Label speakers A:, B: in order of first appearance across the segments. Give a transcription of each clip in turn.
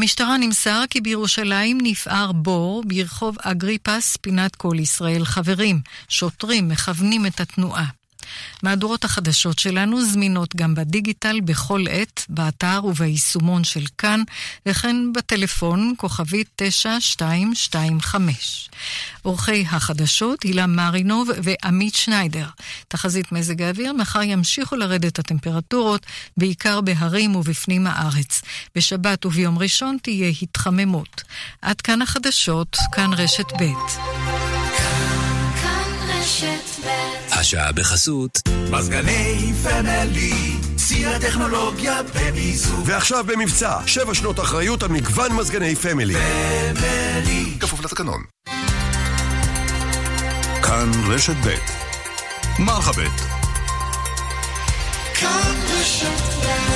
A: מהמשטרה נמסר כי בירושלים נפער בור ברחוב אגריפס פינת כל ישראל. חברים, שוטרים מכוונים את התנועה. מהדורות החדשות שלנו זמינות גם בדיגיטל בכל עת, באתר וביישומון של כאן, וכן בטלפון כוכבית 9225. עורכי החדשות הילה מרינוב ועמית שניידר. תחזית מזג האוויר, מחר ימשיכו לרדת הטמפרטורות, בעיקר בהרים ובפנים הארץ. בשבת וביום ראשון תהיה התחממות. עד כאן החדשות, כאן רשת ב'.
B: כאן רשת ב'.
C: השעה בחסות
D: מזגני פמילי, סיר הטכנולוגיה במיזוג.
E: ועכשיו במבצע 7 שנות אחריות על מגוון מזגני פמילי.
D: פמילי,
E: כפוף לתקנון.
F: כאן רשת ב' מרחבת.
B: כאן רשת ב'.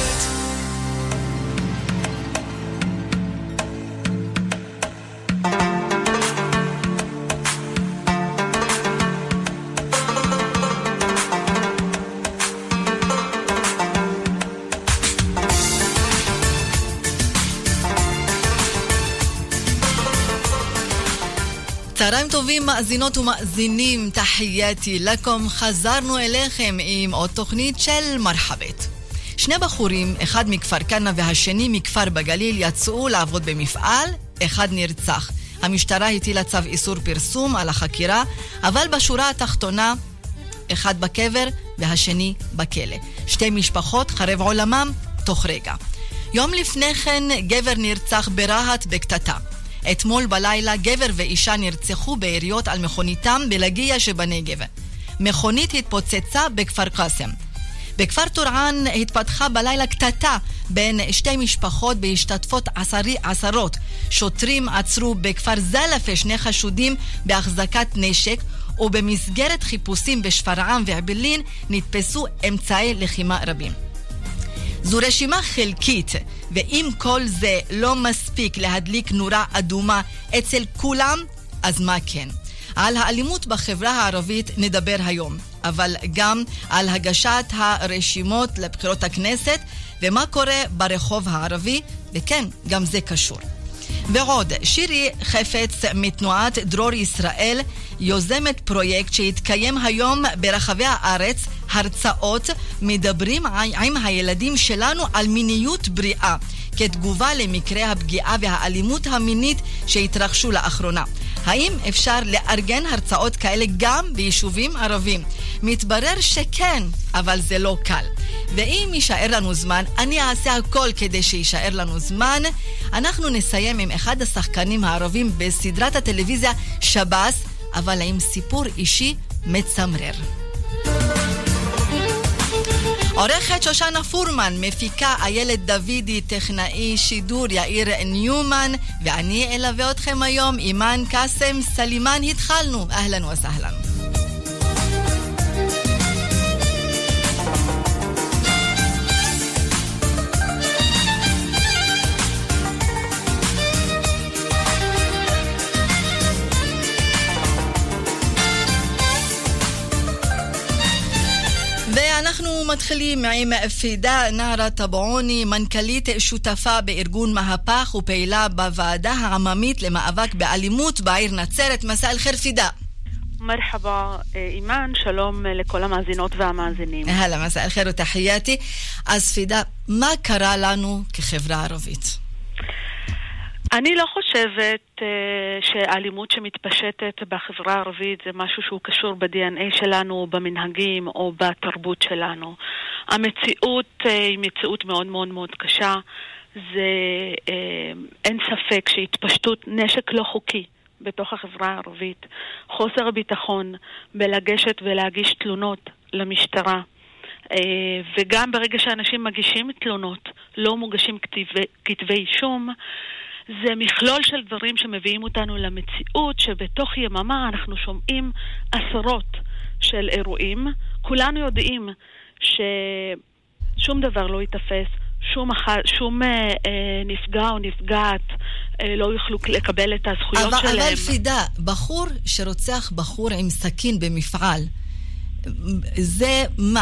G: צהריים טובים מאזינות ומאזינים, תחייתי לכם, חזרנו אליכם עם עוד תוכנית של מרחבת. שני בחורים, אחד מכפר כנא והשני מכפר בגליל, יצאו לעבוד במפעל, אחד נרצח. המשטרה הטילה צו איסור פרסום על החקירה, אבל בשורה התחתונה, אחד בקבר והשני בכלא. שתי משפחות חרב עולמם תוך רגע. יום לפני כן גבר נרצח ברהט בקטטה. אתמול בלילה גבר ואישה נרצחו ביריות על מכוניתם בלגיה שבנגב. מכונית התפוצצה בכפר קאסם. בכפר טורען התפתחה בלילה קטטה בין שתי משפחות בהשתתפות עשרות. שוטרים עצרו בכפר זלפה 2 חשודים בהחזקת נשק, ובמסגרת חיפושים בשפרעם ועבלין נתפסו אמצעי לחימה רבים. זו רשימה חלקית, ואם כל זה לא מספיק להדליק נורה אדומה אצל כולם, אז מה כן? על האלימות בחברה הערבית נדבר היום, אבל גם על הגשת הרשימות לבחירות הכנסת, ומה קורה ברחוב הערבי, וכן, גם זה קשור. ועוד, שירי חפץ מתנועת דרור ישראל יוזמת פרויקט שהתקיים היום ברחבי הארץ, הרצאות מדברים עם הילדים שלנו על מיניות בריאה, כתגובה למקרה הפגיעה והאלימות המינית שהתרחשו לאחרונה. האם אפשר לארגן הרצאות כאלה גם ביישובים ערבים? מתברר שכן, אבל זה לא קל. ואם יישאר לנו זמן, אני אעשה הכל כדי שישאר לנו זמן. אנחנו נסיים עם אחד השחקנים הערבים בסדרת הטלוויזיה שבס, אבל עם סיפור אישי מצמרר. עורכת שושנה פורמן, מפיקה איילת דוידי, טכנאי שידור יאיר ניומן, ואני אלווה אתכם היום, אימן קאסם סלימן. התחלנו, אהלן וסהלן. ואנחנו מתחילים עם פידה נהרה טבעוני, מנכ"לית שותפה בארגון מהפך ופעילה בוועדה העממית למאבק באלימות בעיר נצרת. מסע אל חיר פידה.
H: מרחבה אימן, שלום לכל המאזינות והמאזינים.
G: הלאה, מסע אל חיר ותחייתי. אז פידה, מה קרה לנו כחברה ערבית?
H: אני לא חושבת שהאלימות שמתפשטת בחברה הערבית זה משהו שהוא קשור ב-DNA שלנו, במנהגים או בתרבות שלנו. המציאות היא מציאות מאוד מאוד מאוד קשה. אין ספק שהתפשטות נשק לא חוקי בתוך החברה הערבית, חוסר הביטחון בלגשת ולהגיש תלונות למשטרה, וגם ברגע שאנשים מגישים תלונות לא מוגשים כתבי אישום, זה מכלול של דברים שמביאים אותנו למציאות שבתוך יממה אנחנו שומעים עשרות של אירועים. כולנו יודעים ששום דבר לא יתפס, שום נפגע או נפגעת לא יוכלו לקבל את הזכויות שלהם.
G: אבל פידה, בחור שרוצח בחור עם סכין במפעל, זה מה?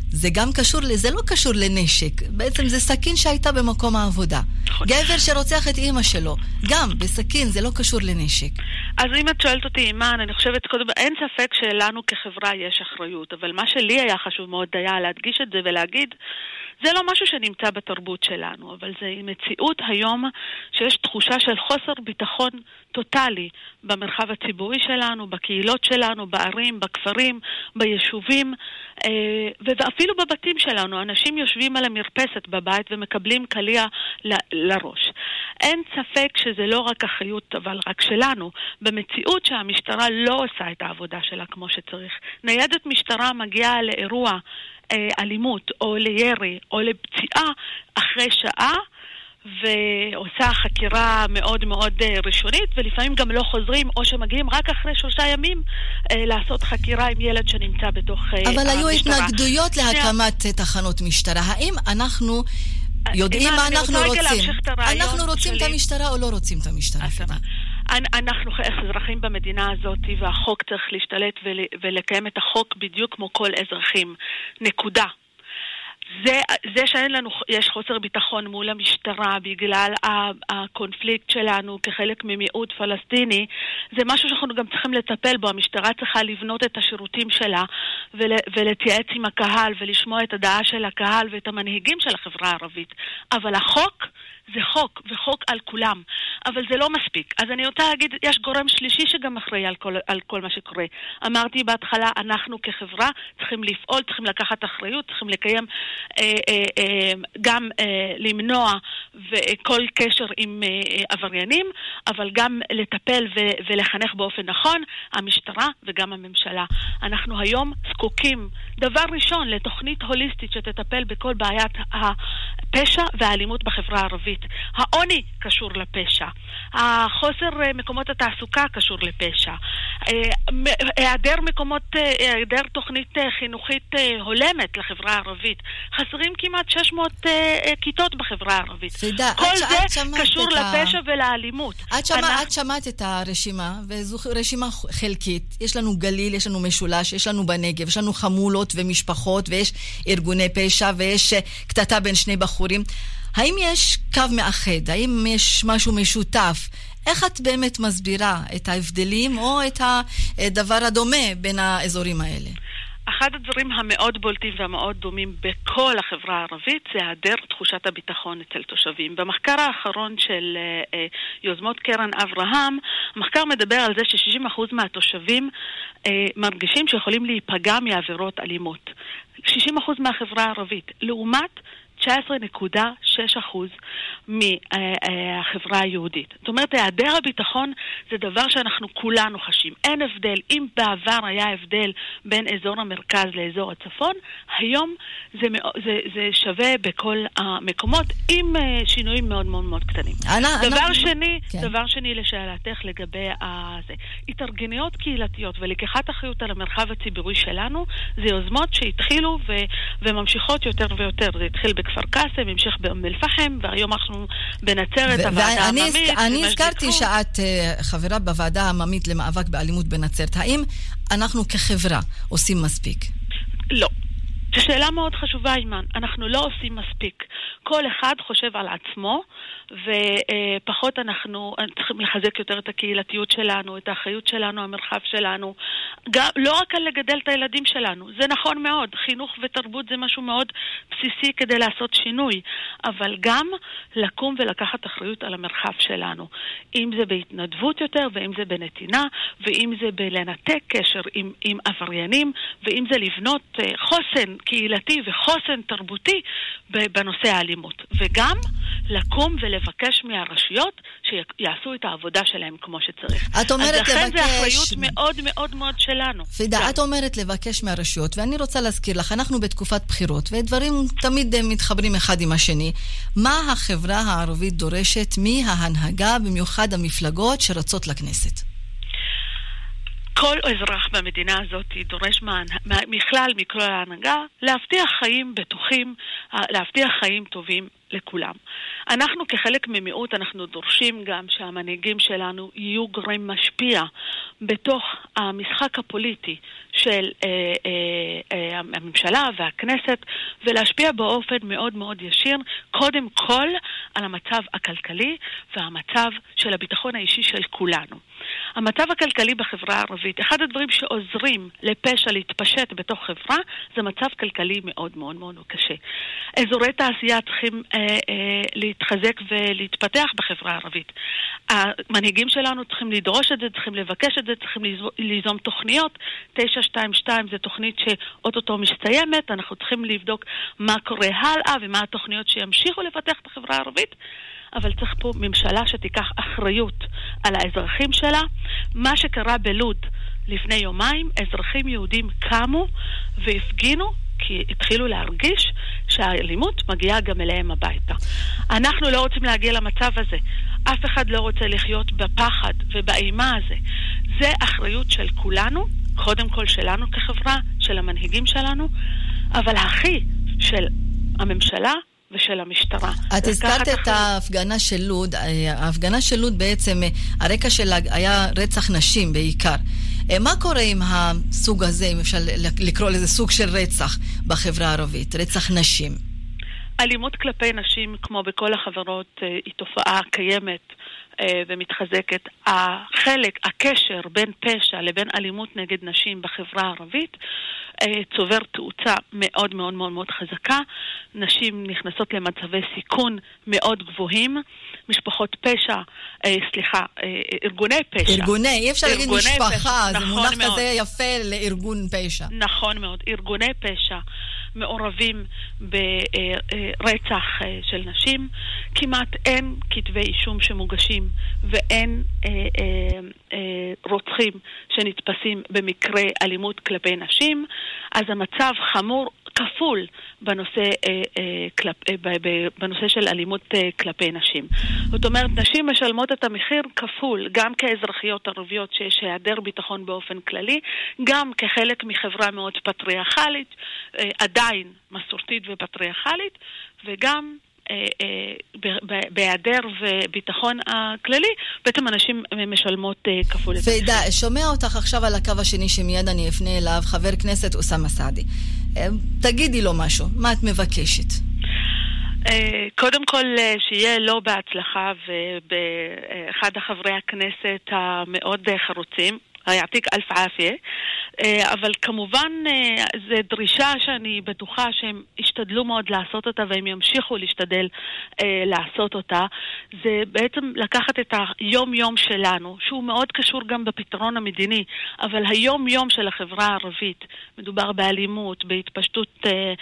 G: זה גם קשור, זה לא קשור לנשק. בעצם זה סכין שהייתה במקום העבודה. גבר שרוצח את אמא שלו, גם בסכין, זה לא קשור לנשק.
H: אז אם את שואלת אותי, אימן, אני חושבת קודם, אין ספק שלנו כחברה יש אחריות, אבל מה שלי היה חשוב מאוד היה להדגיש את זה ולהגיד, זה לא משהו שנמצא בתרבות שלנו, אבל זה מציאות היום שיש תחושה של חוסר ביטחון טוטלי במרחב הציבורי שלנו, בקהילות שלנו, בערים, בכפרים, ביישובים, ואפילו בבתים שלנו. אנשים יושבים על המרפסת בבית ומקבלים קליע לראש. אין ספק שזה לא רק אחריות, אבל רק שלנו, במציאות שהמשטרה לא עושה את העבודה שלה כמו שצריך. ניידת משטרה מגיעה לאירוע אלימות או לירי או לפציעה אחרי שעה ועושה חקירה מאוד מאוד ראשונית, ולפעמים גם לא חוזרים או שמגיעים רק אחרי 3 ימים לעשות חקירה עם ילד שנמצא בתוך המשטרה.
G: אבל היו התנגדויות להקמת תחנות משטרה. האם אנחנו יודעים מה אנחנו רוצים? אנחנו רוצים את המשטרה או לא רוצים את המשטרה?
H: אנחנו אזרחים במדינה הזאת, והחוק צריך להשתלט ולקיים את החוק בדיוק כמו כל אזרחים. נקודה. זה שאין לנו, יש חוסר ביטחון מול המשטרה בגלל הקונפליקט שלנו כחלק ממיעוט פלסטיני, זה משהו שאנחנו גם צריכים לטפל בו. המשטרה צריכה לבנות את השירותים שלה ולהתייעץ עם הקהל ולשמוע את הדעה של הקהל ואת המנהיגים של החברה הערבית. אבל החוק זה חוק, וחוק על כולם. אבל זה לא מספיק. אז אני רוצה להגיד, יש גורם שלישי שגם אחראי על כל מה שקורה. אמרתי בהתחלה, אנחנו כחברה צריכים לפעול, צריכים לקחת אחריות, צריכים לקיים, גם למנוע כל קשר עם עבריינים, אבל גם לטפל ולחנך באופן נכון, המשטרה וגם הממשלה. אנחנו היום זקוקים, דבר ראשון, לתוכנית הוליסטית שתטפל בכל בעיית הפשע והאלימות בחברה הערבית. העוני קשור לפשע, החוסר מקומות התעסוקה קשור לפשע, היעדר תוכנית חינוכית הולמת לחברה הערבית, חסרים כמעט 600 כיתות בחברה הערבית. כל זה קשור לפשע ולאלימות.
G: את שמעת את הרשימה, וזו רשימה חלקית. יש לנו גליל, יש לנו משולש, יש לנו בנגב, יש לנו חמולות ומשפחות, ויש ארגוני פשע, ויש קטטה בין 2 בחורים. האם יש קו מאחד? האם יש משהו משותף? איך את באמת מסבירה את ההבדלים או את הדבר הדומה בין האזורים האלה?
H: אחד הדברים המאוד בולטים והמאוד דומים בכל החברה הערבית זה היעדר תחושת הביטחון אצל תושבים. במחקר האחרון של יוזמות קרן אברהם, המחקר מדבר על זה ש60% מהתושבים מרגישים שיכולים להיפגע מעבירות אלימות. 60% מהחברה הערבית, לעומת 19.6% מהחברה היהודית. זאת אומרת, היעדר הביטחון זה דבר שאנחנו כולנו חשים. אין הבדל. אם בעבר היה הבדל בין אזור המרכז לאזור הצפון, היום זה שווה בכל המקומות עם שינויים מאוד מאוד מאוד קטנים. דבר שני לשאלתך לגבי זה. התארגנויות קהילתיות ולקיחת אחריות על המרחב הציבורי שלנו, זה יוזמות שהתחילו וממשיכות יותר ויותר. זה התחיל בכפר קאסם, המשך באום אל-פחם, והיום אנחנו בנצרת, הוועדה העממית.
G: אני הזכרתי שאת חברה בוועדה העממית למאבק באלימות בנצרת. האם אנחנו כחברה עושים מספיק?
H: לא. זו שאלה מאוד חשובה, אימן. אנחנו לא עושים מספיק. כל אחד חושב על עצמו, ופחות אנחנו צריכים לחזק יותר את הקהילתיות שלנו, את האחריות שלנו, המרחב שלנו. גם, לא רק על לגדל את הילדים שלנו. זה נכון מאוד. חינוך ותרבות זה משהו מאוד בסיסי כדי לעשות שינוי. אבל גם לקום ולקחת אחריות על המרחב שלנו. אם זה בהתנדבות יותר, ואם זה בנתינה, ואם זה בלנתק קשר עם עבריינים, ואם זה לבנות חוסן קהילתי וחוסן תרבותי בנושא האלימות. וגם לקום ולבקש מהרשויות שיעשו את העבודה שלהם כמו שצריך.
G: את אומרת
H: אז לכן זה אחריות מאוד מאוד מאוד שלנו.
G: פידה, את אומרת לבקש מהרשויות, ואני רוצה להזכיר לך, אנחנו בתקופת בחירות, ודברים תמיד מתחברים אחד עם השני. מה החברה הערבית דורשת מההנהגה, במיוחד המפלגות שרצות לכנסת?
H: כל אזרח במדינה הזאת דורש מכלל ההנהגה להבטיח חיים בטוחים, להבטיח חיים טובים לכולם. אנחנו כחלק ממיעוט, אנחנו דורשים גם שהמנהיגים שלנו יהיו גורם משפיע בתוך המשחק הפוליטי של הממשלה והכנסת, ולהשפיע באופן מאוד מאוד ישיר, קודם כל על המצב הכלכלי והמצב של הביטחון האישי של כולנו. המצב הכלכלי בחברה הערבית, אחד הדברים שעוזרים לפשע להתפשט בתוך חברה, זה מצב כלכלי מאוד מאוד מאוד קשה. אזורי תעשייה צריכים להתחזק ולהתפתח בחברה הערבית. המנהיגים שלנו צריכים לדרוש את זה, צריכים לבקש את זה, צריכים ליזום תוכניות. 922 זה תוכנית שאוטוטו מסתיימת, אנחנו צריכים לבדוק מה קורה הלאה ומה התוכניות שימשיכו לפתח את החברה הערבית. אבל צריך פה ממשלה שתיקח אחריות על האזרחים שלה. מה שקרה בלוד לפני יומיים, אזרחים יהודים קמו והפגינו, כי התחילו להרגיש שהאלימות מגיעה גם אליהם הביתה. אנחנו לא רוצים להגיע למצב הזה. אף אחד לא רוצה לחיות בפחד ובאימה הזה. זה אחריות של כולנו, קודם כל שלנו כחברה, של המנהיגים שלנו, אבל הכי של הממשלה ושל המשטרה.
G: את הזכרת את ההפגנה של לוד. ההפגנה של לוד בעצם, הרקע שלה היה רצח נשים בעיקר. מה קורה עם הסוג הזה, אם אפשר לקרוא לזה סוג של רצח בחברה הערבית, רצח נשים?
H: אלימות כלפי נשים, כמו בכל החברות, היא תופעה קיימת ומתחזקת. החלק, הקשר בין פשע לבין אלימות נגד נשים בחברה הערבית צובר תאוצה מאוד מאוד מאוד מאוד חזקה. נשים נכנסות למצבי סיכון מאוד גבוהים. משפחות פשע, ארגוני פשע.
G: אי אפשר להגיד משפחה, זה מונח כזה יפה לארגון פשע.
H: נכון מאוד. ארגוני פשע מעורבים ברצח של נשים. כמעט אין כתבי אישום שמוגשים ואין רוצחים שנתפסים במקרה אלימות כלפי נשים. אז המצב חמור כפול בנושא של אלימות כלפי נשים. זאת אומרת, נשים משלמות את המחיר כפול, גם כאזרחיות ערביות שיש היעדר ביטחון באופן כללי, גם כחלק מחברה מאוד פטריארכלית, עדיין מסורתית ופטריארכלית, וגם בהיעדר וביטחון הכללי, בעצם אנשים משלמות כפול.
G: פיידה, שומע אותך עכשיו על הקו השני שמיד אני אפנה אליו, חבר כנסת אוסאמה סעדי. תגידי לו משהו, מה את מבקשת?
H: קודם כל שיהיה לא בהצלחה ובאחד החברי הכנסת המאוד חרוצים, יעתיק אלף עפיה, אבל כמובן זו דרישה שאני בטוחה שהם ישתדלו מאוד לעשות אותה והם ימשיכו להשתדל לעשות אותה. זה בעצם לקחת את היום-יום שלנו, שהוא מאוד קשור גם בפתרון המדיני, אבל היום-יום של החברה הערבית, מדובר באלימות, בהתפשטות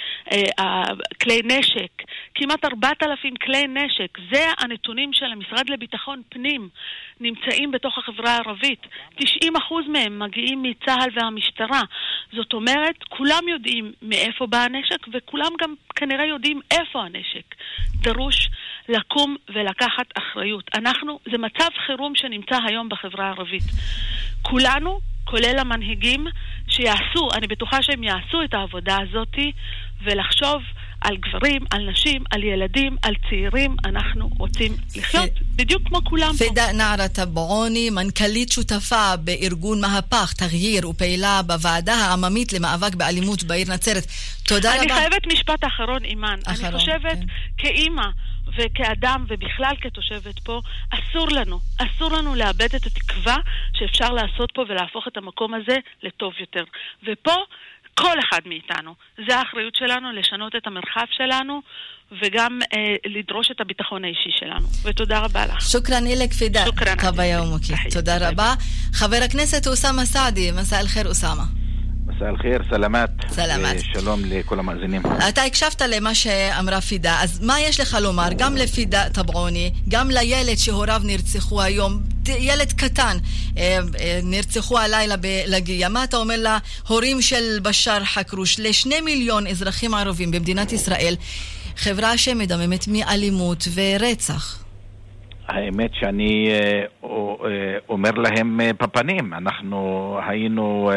H: כלי נשק, כמעט 4,000 כלי נשק, זה הנתונים של המשרד לביטחון פנים, נמצאים בתוך החברה הערבית. 90% מהם מגיעים מצה"ל והמשטרה. זאת אומרת, כולם יודעים מאיפה בא הנשק, וכולם גם כנראה יודעים איפה הנשק. דרוש לקום ולקחת אחריות. זה מצב חירום שנמצא היום בחברה הערבית. כולנו, כולל המנהיגים, שיעשו, אני בטוחה שהם יעשו את העבודה הזאת, ולחשוב על גברים, על נשים, על ילדים, על צעירים. אנחנו רוצים לחיות בדיוק כמו כולם פה.
G: פידה נערה טבעוני, מנכ"לית שותפה בארגון מהפך, תغيير, ופעילה בוועדה העממית למאבק באלימות בעיר נצרת. תודה רבה.
H: אני חייבת משפט אחרון, אימן. אני חושבת כאימא וכאדם ובכלל כתושבת פה, אסור לנו לאבד את התקווה שאפשר לעשות פה ולהפוך את המקום הזה לטוב יותר. ופה כל אחד מאיתנו, זה האחריות שלנו לשנות את המרחב שלנו וגם לדרוש את הביטחון האישי שלנו. ותודה רבה לך.
G: שוקרן אלק פידה. טוב יומוקי. תודה רבה. חבר הכנסת אוסאמה סעדי, מסע אל חיר אוסאמה.
C: מסע אל חיר, סלמת.
G: סלמת.
C: שלום לכל המאזינים.
G: אתה הקשבת למה שאמרה פידה, אז מה יש לך לומר גם לפידה טבעוני, גם לילד שהוריו נרצחו היום, ילד קטן, נרצחו הלילה בלגיה. מה אתה אומר להורים של בשאר חכרוש, ל2 מיליון אזרחים ערבים במדינת ישראל, חברה שמדממת מאלימות ורצח?
C: האמת שאני אומר להם בפנים. אנחנו היינו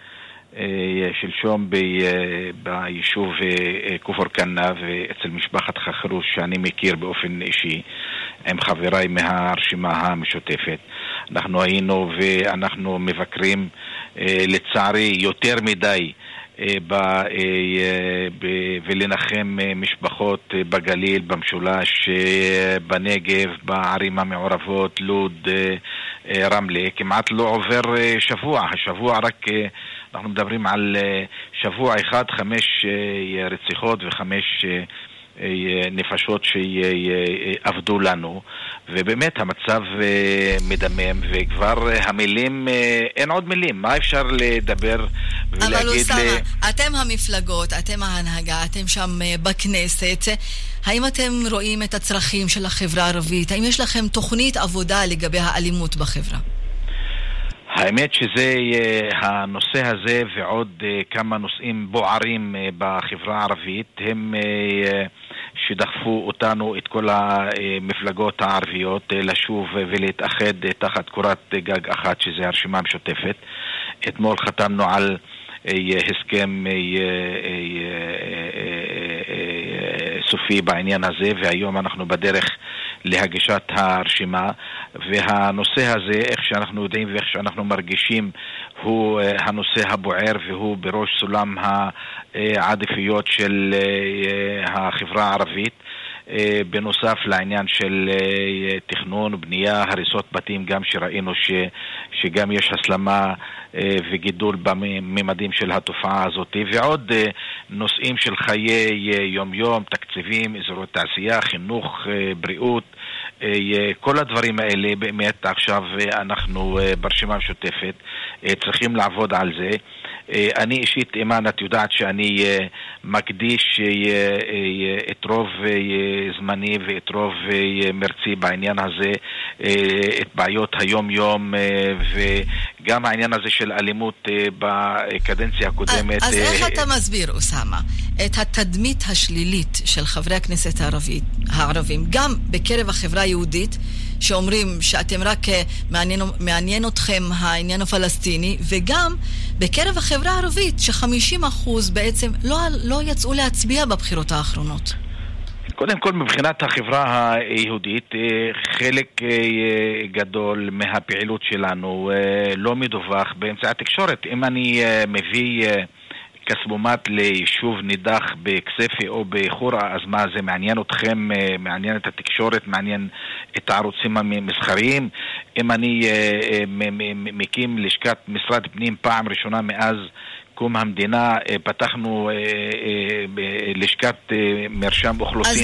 C: שלשום ביישוב כפר כנא ואצל משפחת חכרוש שאני מכיר באופן אישי. עם חבריי מהרשימה המשותפת. אנחנו היינו ואנחנו מבקרים לצערי יותר מדי ולנחם משפחות בגליל, במשולש, בנגב, בערים המעורבות, לוד, רמלה. כמעט לא עובר שבוע. השבוע רק אנחנו מדברים על שבוע אחד, 5 רציחות ו5 נפשות שעבדו לנו, ובאמת המצב מדמם, וכבר המילים, אין עוד מילים, מה אפשר לדבר ולהגיד?
G: אבל אוסמה, אתם המפלגות, אתם ההנהגה, אתם שם בכנסת, האם אתם רואים את הצרכים של החברה הערבית? האם יש לכם תוכנית עבודה לגבי האלימות בחברה?
C: האמת שזה הנושא הזה ועוד כמה נושאים בוערים בחברה הערבית הם שדחפו אותנו, את כל המפלגות הערביות, לשוב ולהתאחד תחת קורת גג אחת, שזה הרשימה המשותפת. אתמול חתמנו על הסכם סופי בעניין הזה, והיום אנחנו בדרך להגשת הרשימה, והנושא הזה, איך שאנחנו יודעים ואיך שאנחנו מרגישים, הוא הנושא הבוער, והוא בראש סולם העדיפויות של החברה הערבית, בנוסף לעניין של תכנון, בנייה, הריסות בתים, גם שראינו שגם יש הסלמה וגידול בממדים של התופעה הזאת, ועוד נושאים של חיי יום-יום, תקציבים, אזורי תעשייה, חינוך, בריאות, כל הדברים האלה באמת עכשיו אנחנו ברשימה המשותפת צריכים לעבוד על זה. אני אישית, אימן, את יודעת שאני מקדיש את רוב זמני ואת רוב מרצי בעניין הזה, את בעיות היום-יום, וגם העניין הזה של אלימות בקדנציה הקודמת.
G: אז איך אתה מסביר, אוסמה, את התדמית השלילית של חברי הכנסת הערבים, גם בקרב החברה היהודית, שאומרים שאתם רק מעניין אתכם העניין הפלסטיני, וגם בקרב החברה הערבית ש50% בעצם לא יצאו להצביע בבחירות האחרונות?
C: קודם כל, מבחינת החברה היהודית, חלק גדול מהפעילות שלנו לא מדווח באמצעי התקשורת. אם אני מביא כספומט ליישוב נידח בכספי או בחורה, אז מה, זה מעניין אתכם? מעניין את התקשורת? מעניין את הערוצים המסחריים? אם אני מקים לשכת משרד פנים פעם ראשונה מאז קום המדינה, פתחנו לשכת מרשם אוכלוסין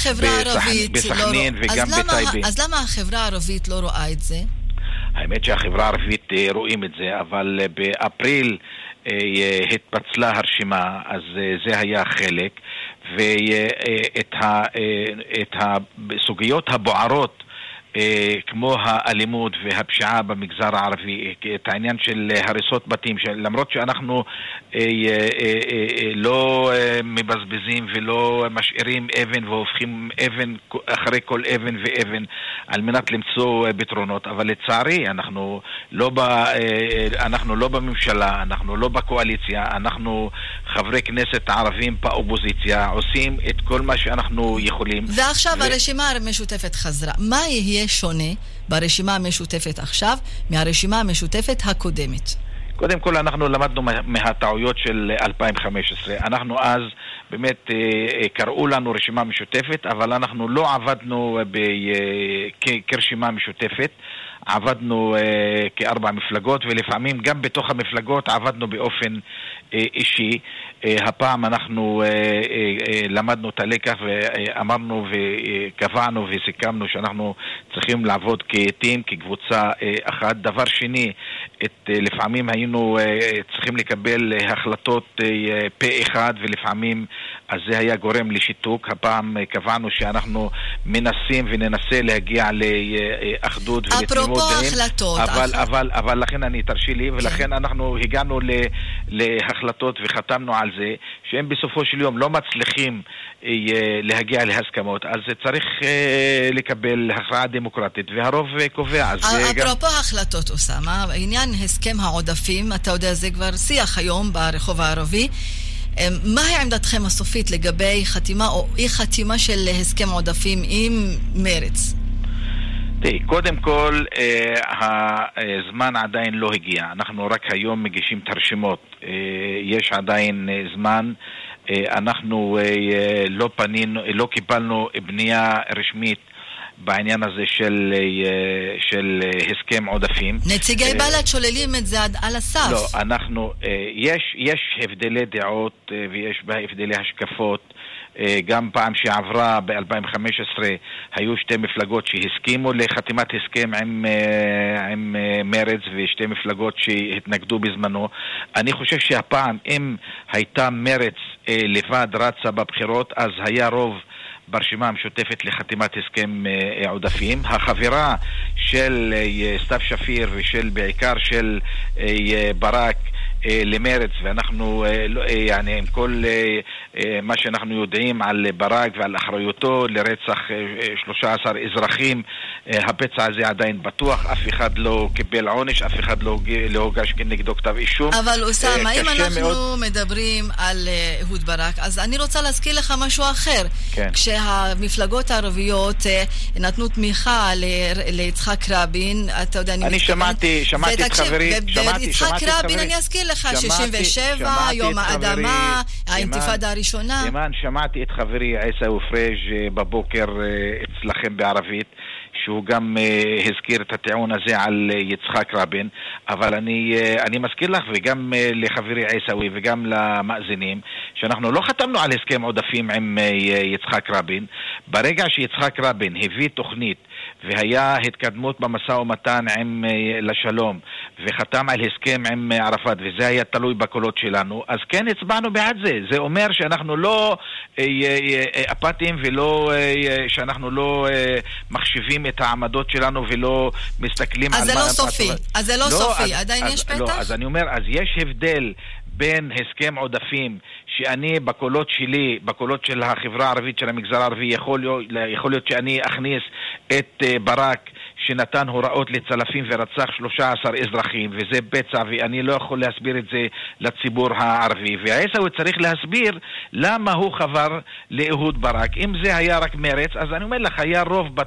C: בסכנין וגם בטייבה.
G: אז למה החברה הערבית לא רואה את זה?
C: האמת שהחברה הערבית רואים את זה, אבל באפריל התפצלה הרשימה, אז זה היה חלק, ואת הסוגיות הבוערות כמו האלימות והפשיעה במגזר הערבי, את העניין של הריסות בתים, למרות שאנחנו לא מבזבזים ולא משאירים אבן והופכים אבן אחרי כל אבן ואבן על מנת למצוא פתרונות, אבל לצערי אנחנו לא בממשלה, אנחנו לא בקואליציה, אנחנו חברי כנסת ערבים באופוזיציה, עושים את כל מה שאנחנו יכולים.
G: ועכשיו הרשימה המשותפת חזרה. מה יהיה שונה ברשימה המשותפת עכשיו מהרשימה המשותפת הקודמת?
C: קודם כל, אנחנו למדנו מהטעויות של 2015. אנחנו אז באמת קראו לנו רשימה משותפת, אבל אנחנו לא עבדנו כרשימה משותפת. עבדנו כארבע מפלגות, ולפעמים גם בתוך המפלגות עבדנו באופן אישי. הפעם אנחנו למדנו את הלקח ואמרנו וקבענו וסיכמנו שאנחנו צריכים לעבוד כטים, כקבוצה אחת. דבר שני, לפעמים היינו צריכים לקבל החלטות פה אחד, ולפעמים אז זה היה גורם לשיתוק. הפעם קבענו שאנחנו מנסים וננסה להגיע לאחדות ולתמימות דעים, אבל לכן אני תרשי לי, ולכן אנחנו הגענו להחלטות וחתמנו על זה, שהם בסופו של יום לא מצליחים להגיע להסכמות, אז צריך לקבל הכרעה דמוקרטית, והרוב קובע.
G: אפרופו החלטות, אוסמה, עניין הסכם העודפים, אתה יודע, זה כבר שיח היום ברחוב הערבי. מהי עמדתכם הסופית לגבי חתימה או אי חתימה של הסכם עודפים עם מרץ?
C: קודם כל, הזמן עדיין לא הגיע. אנחנו רק היום מגישים את הרשימות. יש עדיין זמן. אנחנו לא קיבלנו בנייה רשמית בעניין הזה של הסכם עודפים.
G: נציגי בל"ד שוללים את זה על הסף.
C: לא, יש הבדלי דעות ויש בה הבדלי השקפות. גם פעם שעברה ב-2015 היו שתי מפלגות שהסכימו לחתימת הסכם עם מרץ ושתי מפלגות שהתנגדו בזמנו. אני חושב שהפעם אם הייתה מרץ לבד רצה בבחירות אז היה רוב ברשימה המשותפת לחתימת הסכם עודפים. החברה של סתיו שפיר ושל בעיקר של ברק למרץ, ואנחנו עם כל מה שאנחנו יודעים על ברק ועל אחריותו לרצח 13 אזרחים, הפצע הזה עדיין בטוח, אף אחד לא קיבל עונש, אף אחד לא הוגש כנגדו כתב אישום.
G: אבל אוסאמה, אם אנחנו מדברים על אהוד ברק, אז אני רוצה להזכיר לך משהו אחר.
C: כן.
G: כשהמפלגות הערביות נתנו תמיכה ליצחק רבין, אתה יודע,
C: אני שמעתי את חברי,
G: יצחק רבין, אני אזכיר לך 67, יום האדמה, האינתיפאדה הראשונה.
C: אימן, שמעתי את חברי עיסאווי פריג' בבוקר אצלכם בערבית, שהוא גם הזכיר את הטיעון הזה על יצחק רבין, אבל אני מזכיר לך וגם לחברי עיסאווי וגם למאזינים שאנחנו לא חתמנו על הסכם עודפים עם יצחק רבין. ברגע שיצחק רבין הביא תוכנית והיה התקדמות במשא ומתן לשלום וחתם על הסכם עם ערפאת וזה היה תלוי בקולות שלנו, אז כן הצבענו בעד זה. זה אומר שאנחנו לא אפתיים ולא שאנחנו לא מחשיבים את העמדות שלנו ולא מסתכלים על
G: מה... אז זה לא סופי, עדיין יש פתח?
C: לא, אז אני אומר, אז יש הבדל בין הסכם עודפים שאני בקולות שלי, בקולות של החברה הערבית של המגזר הערבי, יכול להיות שאני אכניס את ברק שנתן הוראות לצלפים ורצח 13 אזרחים, וזה פצע, ואני לא יכול להסביר את זה לציבור הערבי. והעיסאווי צריך להסביר למה הוא חבר לאהוד ברק. אם זה היה רק מרץ, אז אני אומר לך, היה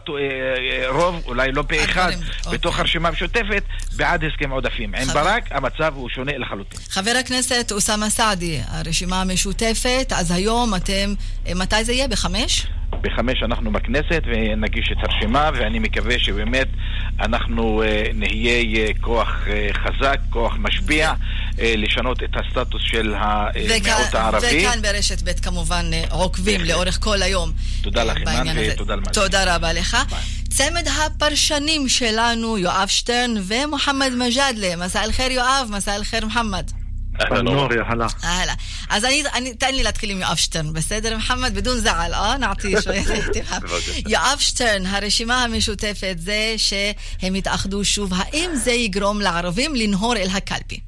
C: רוב, אולי לא פה אחד, בתוך הרשימה המשותפת, בעד הסכם עודפים. עם ברק, המצב הוא שונה לחלוטין.
G: חבר הכנסת אוסאמה סעדי, הרשימה המשותפת, אז היום מתי זה יהיה? ב5?
C: ב5 אנחנו בכנסת ונגיש את הרשימה, ואני מקווה שבאמת אנחנו נהיה כוח חזק, כוח משפיע, לשנות את הסטטוס של המיעוט הערבי.
G: וכאן ברשת ב' כמובן עוקבים לאורך כל היום.
C: תודה לך אימן ותודה למאזינים.
G: תודה רבה לך. צמד הפרשנים שלנו יואב שטרן ומוחמד מג'אדלה. מסע אל חיר יואב, מסע אל חיר מוחמד.
I: النور يا هلا
G: هلا אז תן לי להתחיל עם יואב שטרן, בסדר מוחמד? בדון זעל, נעטי שויה יואב שטרן, הרשימה המשותפת זה שהם יתאחדו שוב, האם זה יגרום לערבים לנהור אל הקלפי?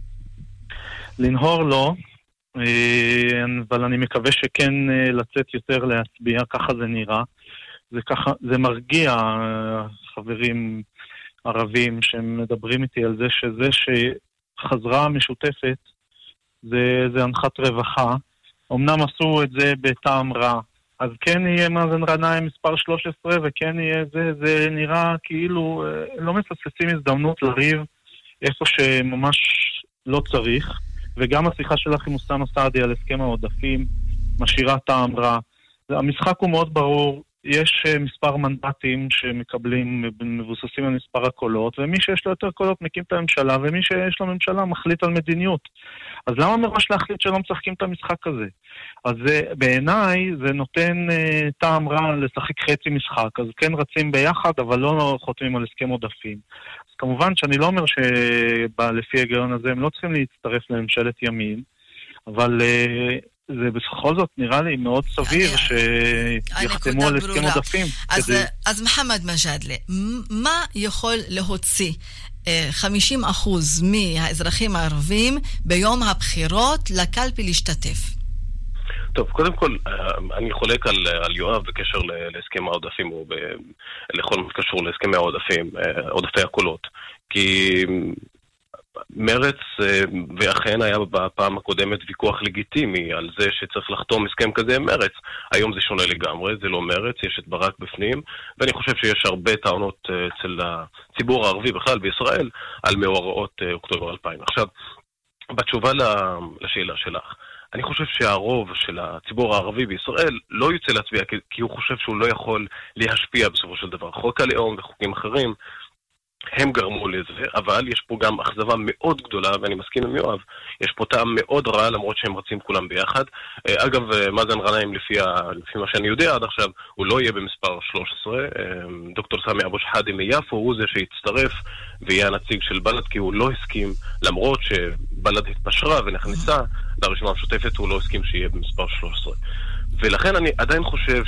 I: לנהור לא, אבל אני מקווה שכן לצאת יותר להצביע, ככה זה נראה, זה מרגיע חברים ערבים שמדברים איתי על זה שזה שחזרה המשותפת זה הנחת רווחה. אמנם עשו את זה בטעם רע, אז כן יהיה מאזן גנאים מספר 13 וכן יהיה זה נראה כאילו לא מפספסים הזדמנות לריב איפה שממש לא צריך, וגם השיחה שלך עם אוסאמה סעדי על הסכם העודפים משאירה טעם רע. המשחק הוא מאוד ברור, יש מספר מנדטים שמקבלים מבוססים על מספר הקולות, ומי שיש לו יותר קולות מקים את הממשלה, ומי שיש לו ממשלה מחליט על מדיניות. אז למה מראש להחליט שלא משחקים את המשחק הזה? אז בעיניי זה נותן טעם רע לשחק חצי משחק, אז כן רצים ביחד, אבל לא חותמים על הסכם עודפים. אז כמובן שאני לא אומר שלפי ההיגיון הזה הם לא צריכים להצטרף לממשלת ימין, אבל זה בכל זאת נראה לי מאוד סביר שיחתמו על הסכם עודפים.
G: אז מוחמד מג'אדלה, מה יכול להוציא 50% מהאזרחים הערבים ביום הבחירות לקלפי להשתתף?
J: טוב, קודם כל, אני חולק על יואב בקשר להסכם העודפים, או לכל מה שקשור להסכמי העודפים, עודפי הקולות. כי מרץ, ואכן היה בפעם הקודמת ויכוח לגיטימי על זה שצריך לחתום הסכם כזה עם מרץ. היום זה שונה לגמרי, זה לא מרץ, יש את ברק בפנים, ואני חושב שיש הרבה טענות אצל הציבור הערבי בכלל בישראל על מאורעות אוקטובר 2000. עכשיו, בתשובה לשאלה שלך, אני חושב שהרוב של הציבור הערבי בישראל לא יוצא להצביע כי הוא חושב שהוא לא יכול להשפיע בסופו של דבר. חוק הלאום וחוקים אחרים הם גרמו לזה, אבל יש פה גם אכזבה מאוד גדולה, ואני מסכים עם יואב, יש פה טעם מאוד רע למרות שהם רצים כולם ביחד. אגב, מאזן גנאים לפי מה שאני יודע עד עכשיו, הוא לא יהיה במספר 13. דוקטור סמי אבו שחאדה מיפו הוא זה שיצטרף ויהיה הנציג של בל"ד, כי הוא לא הסכים, למרות שבל"ד התפשרה ונכנסה לרשימה המשותפת, הוא לא הסכים שיהיה במספר 13. ולכן אני עדיין חושב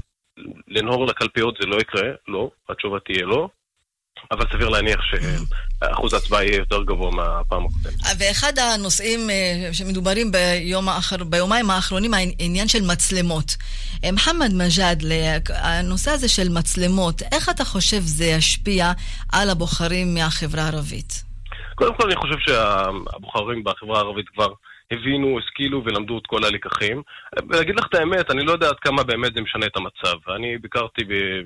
J: שלנהור לקלפיות זה לא יקרה, לא, התשובה תהיה לא. אבל סביר להניח שאחוז ההצבעה יהיה יותר גבוה מהפעם הקודמת.
G: ואחד הנושאים שמדוברים ביומיים האחרונים, העניין של מצלמות. מוחמד מג'אד, הנושא הזה של מצלמות, איך אתה חושב זה ישפיע על הבוחרים מהחברה הערבית?
J: קודם כל אני חושב שהבוחרים בחברה הערבית כבר הבינו, השכילו ולמדו את כל הלקחים. ולהגיד לך את האמת, אני לא יודע עד כמה באמת זה משנה את המצב. אני ביקרתי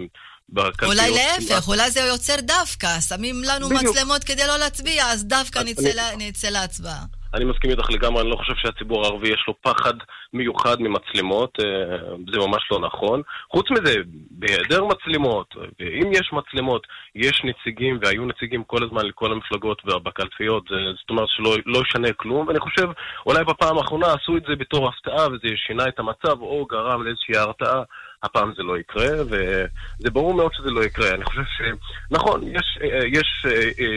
G: אולי להפך, אולי זה יוצר דווקא, שמים לנו מצלמות כדי לא להצביע, אז דווקא נצא להצבעה.
J: אני מסכים איתך לגמרי, אני לא חושב שהציבור הערבי יש לו פחד מיוחד ממצלמות, זה ממש לא נכון. חוץ מזה, בהיעדר מצלמות, ואם יש מצלמות, יש נציגים, והיו נציגים כל הזמן לכל המפלגות ובקלפיות, זאת אומרת שלא ישנה כלום, ואני חושב, אולי בפעם האחרונה עשו את זה בתור הפתעה, וזה שינה את המצב, או גרם לאיזושהי הרתעה. הפעם זה לא יקרה, וזה ברור מאוד שזה לא יקרה. אני חושב שנכון, יש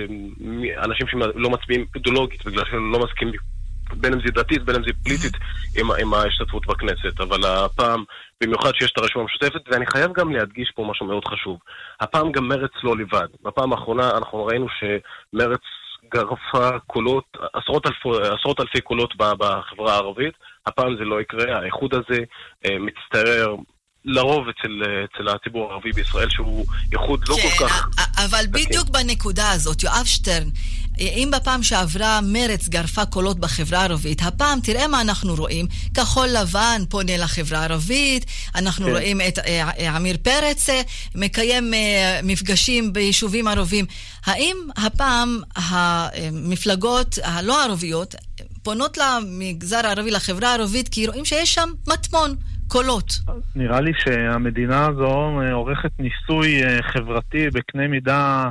J: אנשים שלא מצביעים אידיאולוגית, בגלל שהם לא מסכימים בין אם זה דתית, בין אם זה פוליטית, עם ההשתתפות בכנסת. אבל הפעם, במיוחד שיש את הרשימה המשותפת, ואני חייב גם להדגיש פה משהו מאוד חשוב. הפעם גם מרץ לא לבד. בפעם האחרונה אנחנו ראינו שמרץ גרפה קולות, עשרות אלפי קולות בחברה הערבית. הפעם זה לא יקרה. האיחוד הזה מצטער לרוב אצל הציבור הערבי בישראל, שהוא איחוד לא כל כך...
G: אבל בדיוק בנקודה הזאת, יואב שטרן, אם בפעם שעברה מרץ גרפה קולות בחברה הערבית, הפעם תראה מה אנחנו רואים, כחול לבן פונה לחברה הערבית, אנחנו רואים את עמיר פרץ מקיים מפגשים ביישובים ערבים. האם הפעם המפלגות הלא ערביות פונות למגזר הערבי, לחברה הערבית, כי רואים שיש שם מטמון קולות?
I: נראה לי שהמדינה הזו עורכת ניסוי חברתי בקנה מידה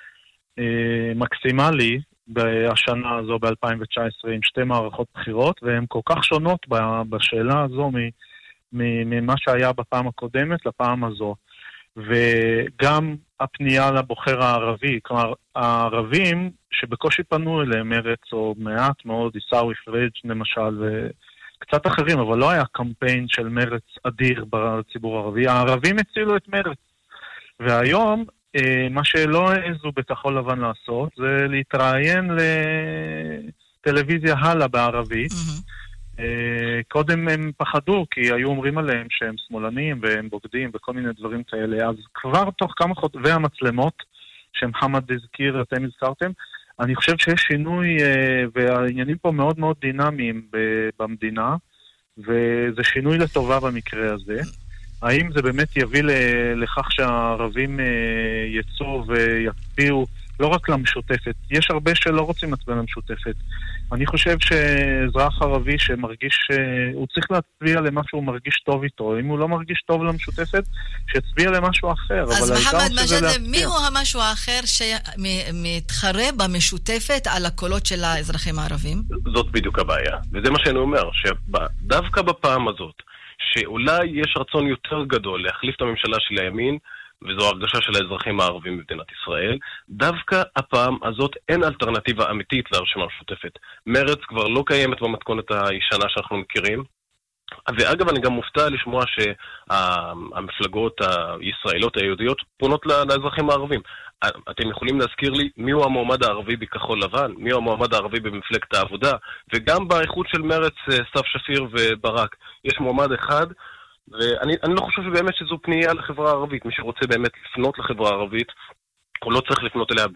I: מקסימלי בשנה הזו ב-2019 עם שתי מערכות בחירות, והן כל כך שונות בשאלה הזו ממה שהיה בפעם הקודמת לפעם הזו. וגם הפנייה לבוחר הערבי, כלומר הערבים שבקושי פנו אליהם מרץ או מעט מאוד, עיסאווי פריג' למשל וקצת אחרים, אבל לא היה קמפיין של מרץ אדיר בציבור הערבי. הערבים הצילו את מרץ, והיום מה שלא העזו בכחול לבן לעשות זה להתראיין לטלוויזיה הלאה בערבית. קודם הם פחדו כי היו אומרים עליהם שהם שמאלנים והם בוגדים וכל מיני דברים כאלה, אז כבר תוך כמה חודשים, והמצלמות שמחמד הזכיר, אתם הזכרתם, אני חושב שיש שינוי, והעניינים פה מאוד מאוד דינמיים במדינה, וזה שינוי לטובה במקרה הזה. האם זה באמת יביא לכך שהערבים יצאו ויצביעו לא רק למשותפת? יש הרבה שלא רוצים להצביע למשותפת. אני חושב שאזרח ערבי שמרגיש, הוא צריך להצביע למה שהוא מרגיש טוב איתו. אם הוא לא מרגיש טוב למשותפת, שיצביע למשהו אחר.
G: אז מוחמד מג'אד, מי הוא המשהו האחר שמתחרה במשותפת על הקולות של האזרחים הערבים?
J: זאת בדיוק הבעיה. וזה מה שאני אומר, שדווקא בפעם הזאת, שאולי יש רצון יותר גדול להחליף את הממשלה של הימין, וזו הרגשה של האזרחים הערבים במדינת ישראל, דווקא הפעם הזאת אין אלטרנטיבה אמיתית לרשימה המשותפת. מרץ כבר לא קיימת במתכונת הישנה שאנחנו מכירים, ואגב אני גם מופתע לשמוע שהמפלגות הישראליות היהודיות פונות לאזרחים הערבים. אתם יכולים להזכיר לי מיהו המועמד הערבי בכחול לבן, מיהו המועמד הערבי במפלגת העבודה, וגם באיחוד של מרץ, סתיו שפיר וברק, יש מועמד אחד, ואני לא חושב שבאמת שזו פנייה לחברה הערבית. מי שרוצה באמת לפנות לחברה הערבית, הוא לא צריך לפנות אליה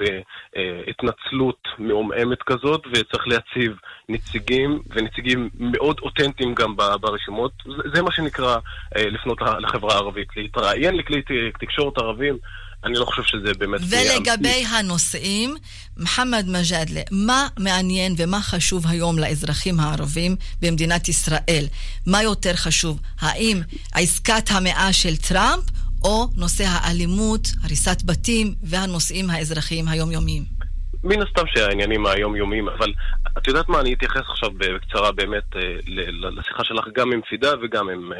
J: בהתנצלות מעומעמת כזאת, וצריך להציב נציגים, ונציגים מאוד אותנטיים גם ברשימות. זה מה שנקרא לפנות לחברה הערבית. להתראיין לכלי תקשורת ערבים, אני לא חושב שזה באמת...
G: ולגבי הנושאים, מוחמד מג'אדלה, מה מעניין ומה חשוב היום לאזרחים הערבים במדינת ישראל? מה יותר חשוב? האם עסקת המאה של טראמפ, או נושא האלימות, הריסת בתים והנושאים האזרחיים היומיומיים?
J: מן הסתם שהעניינים היומיומיים, אבל את יודעת מה, אני אתייחס עכשיו בקצרה באמת לשיחה שלך גם עם פידה וגם עם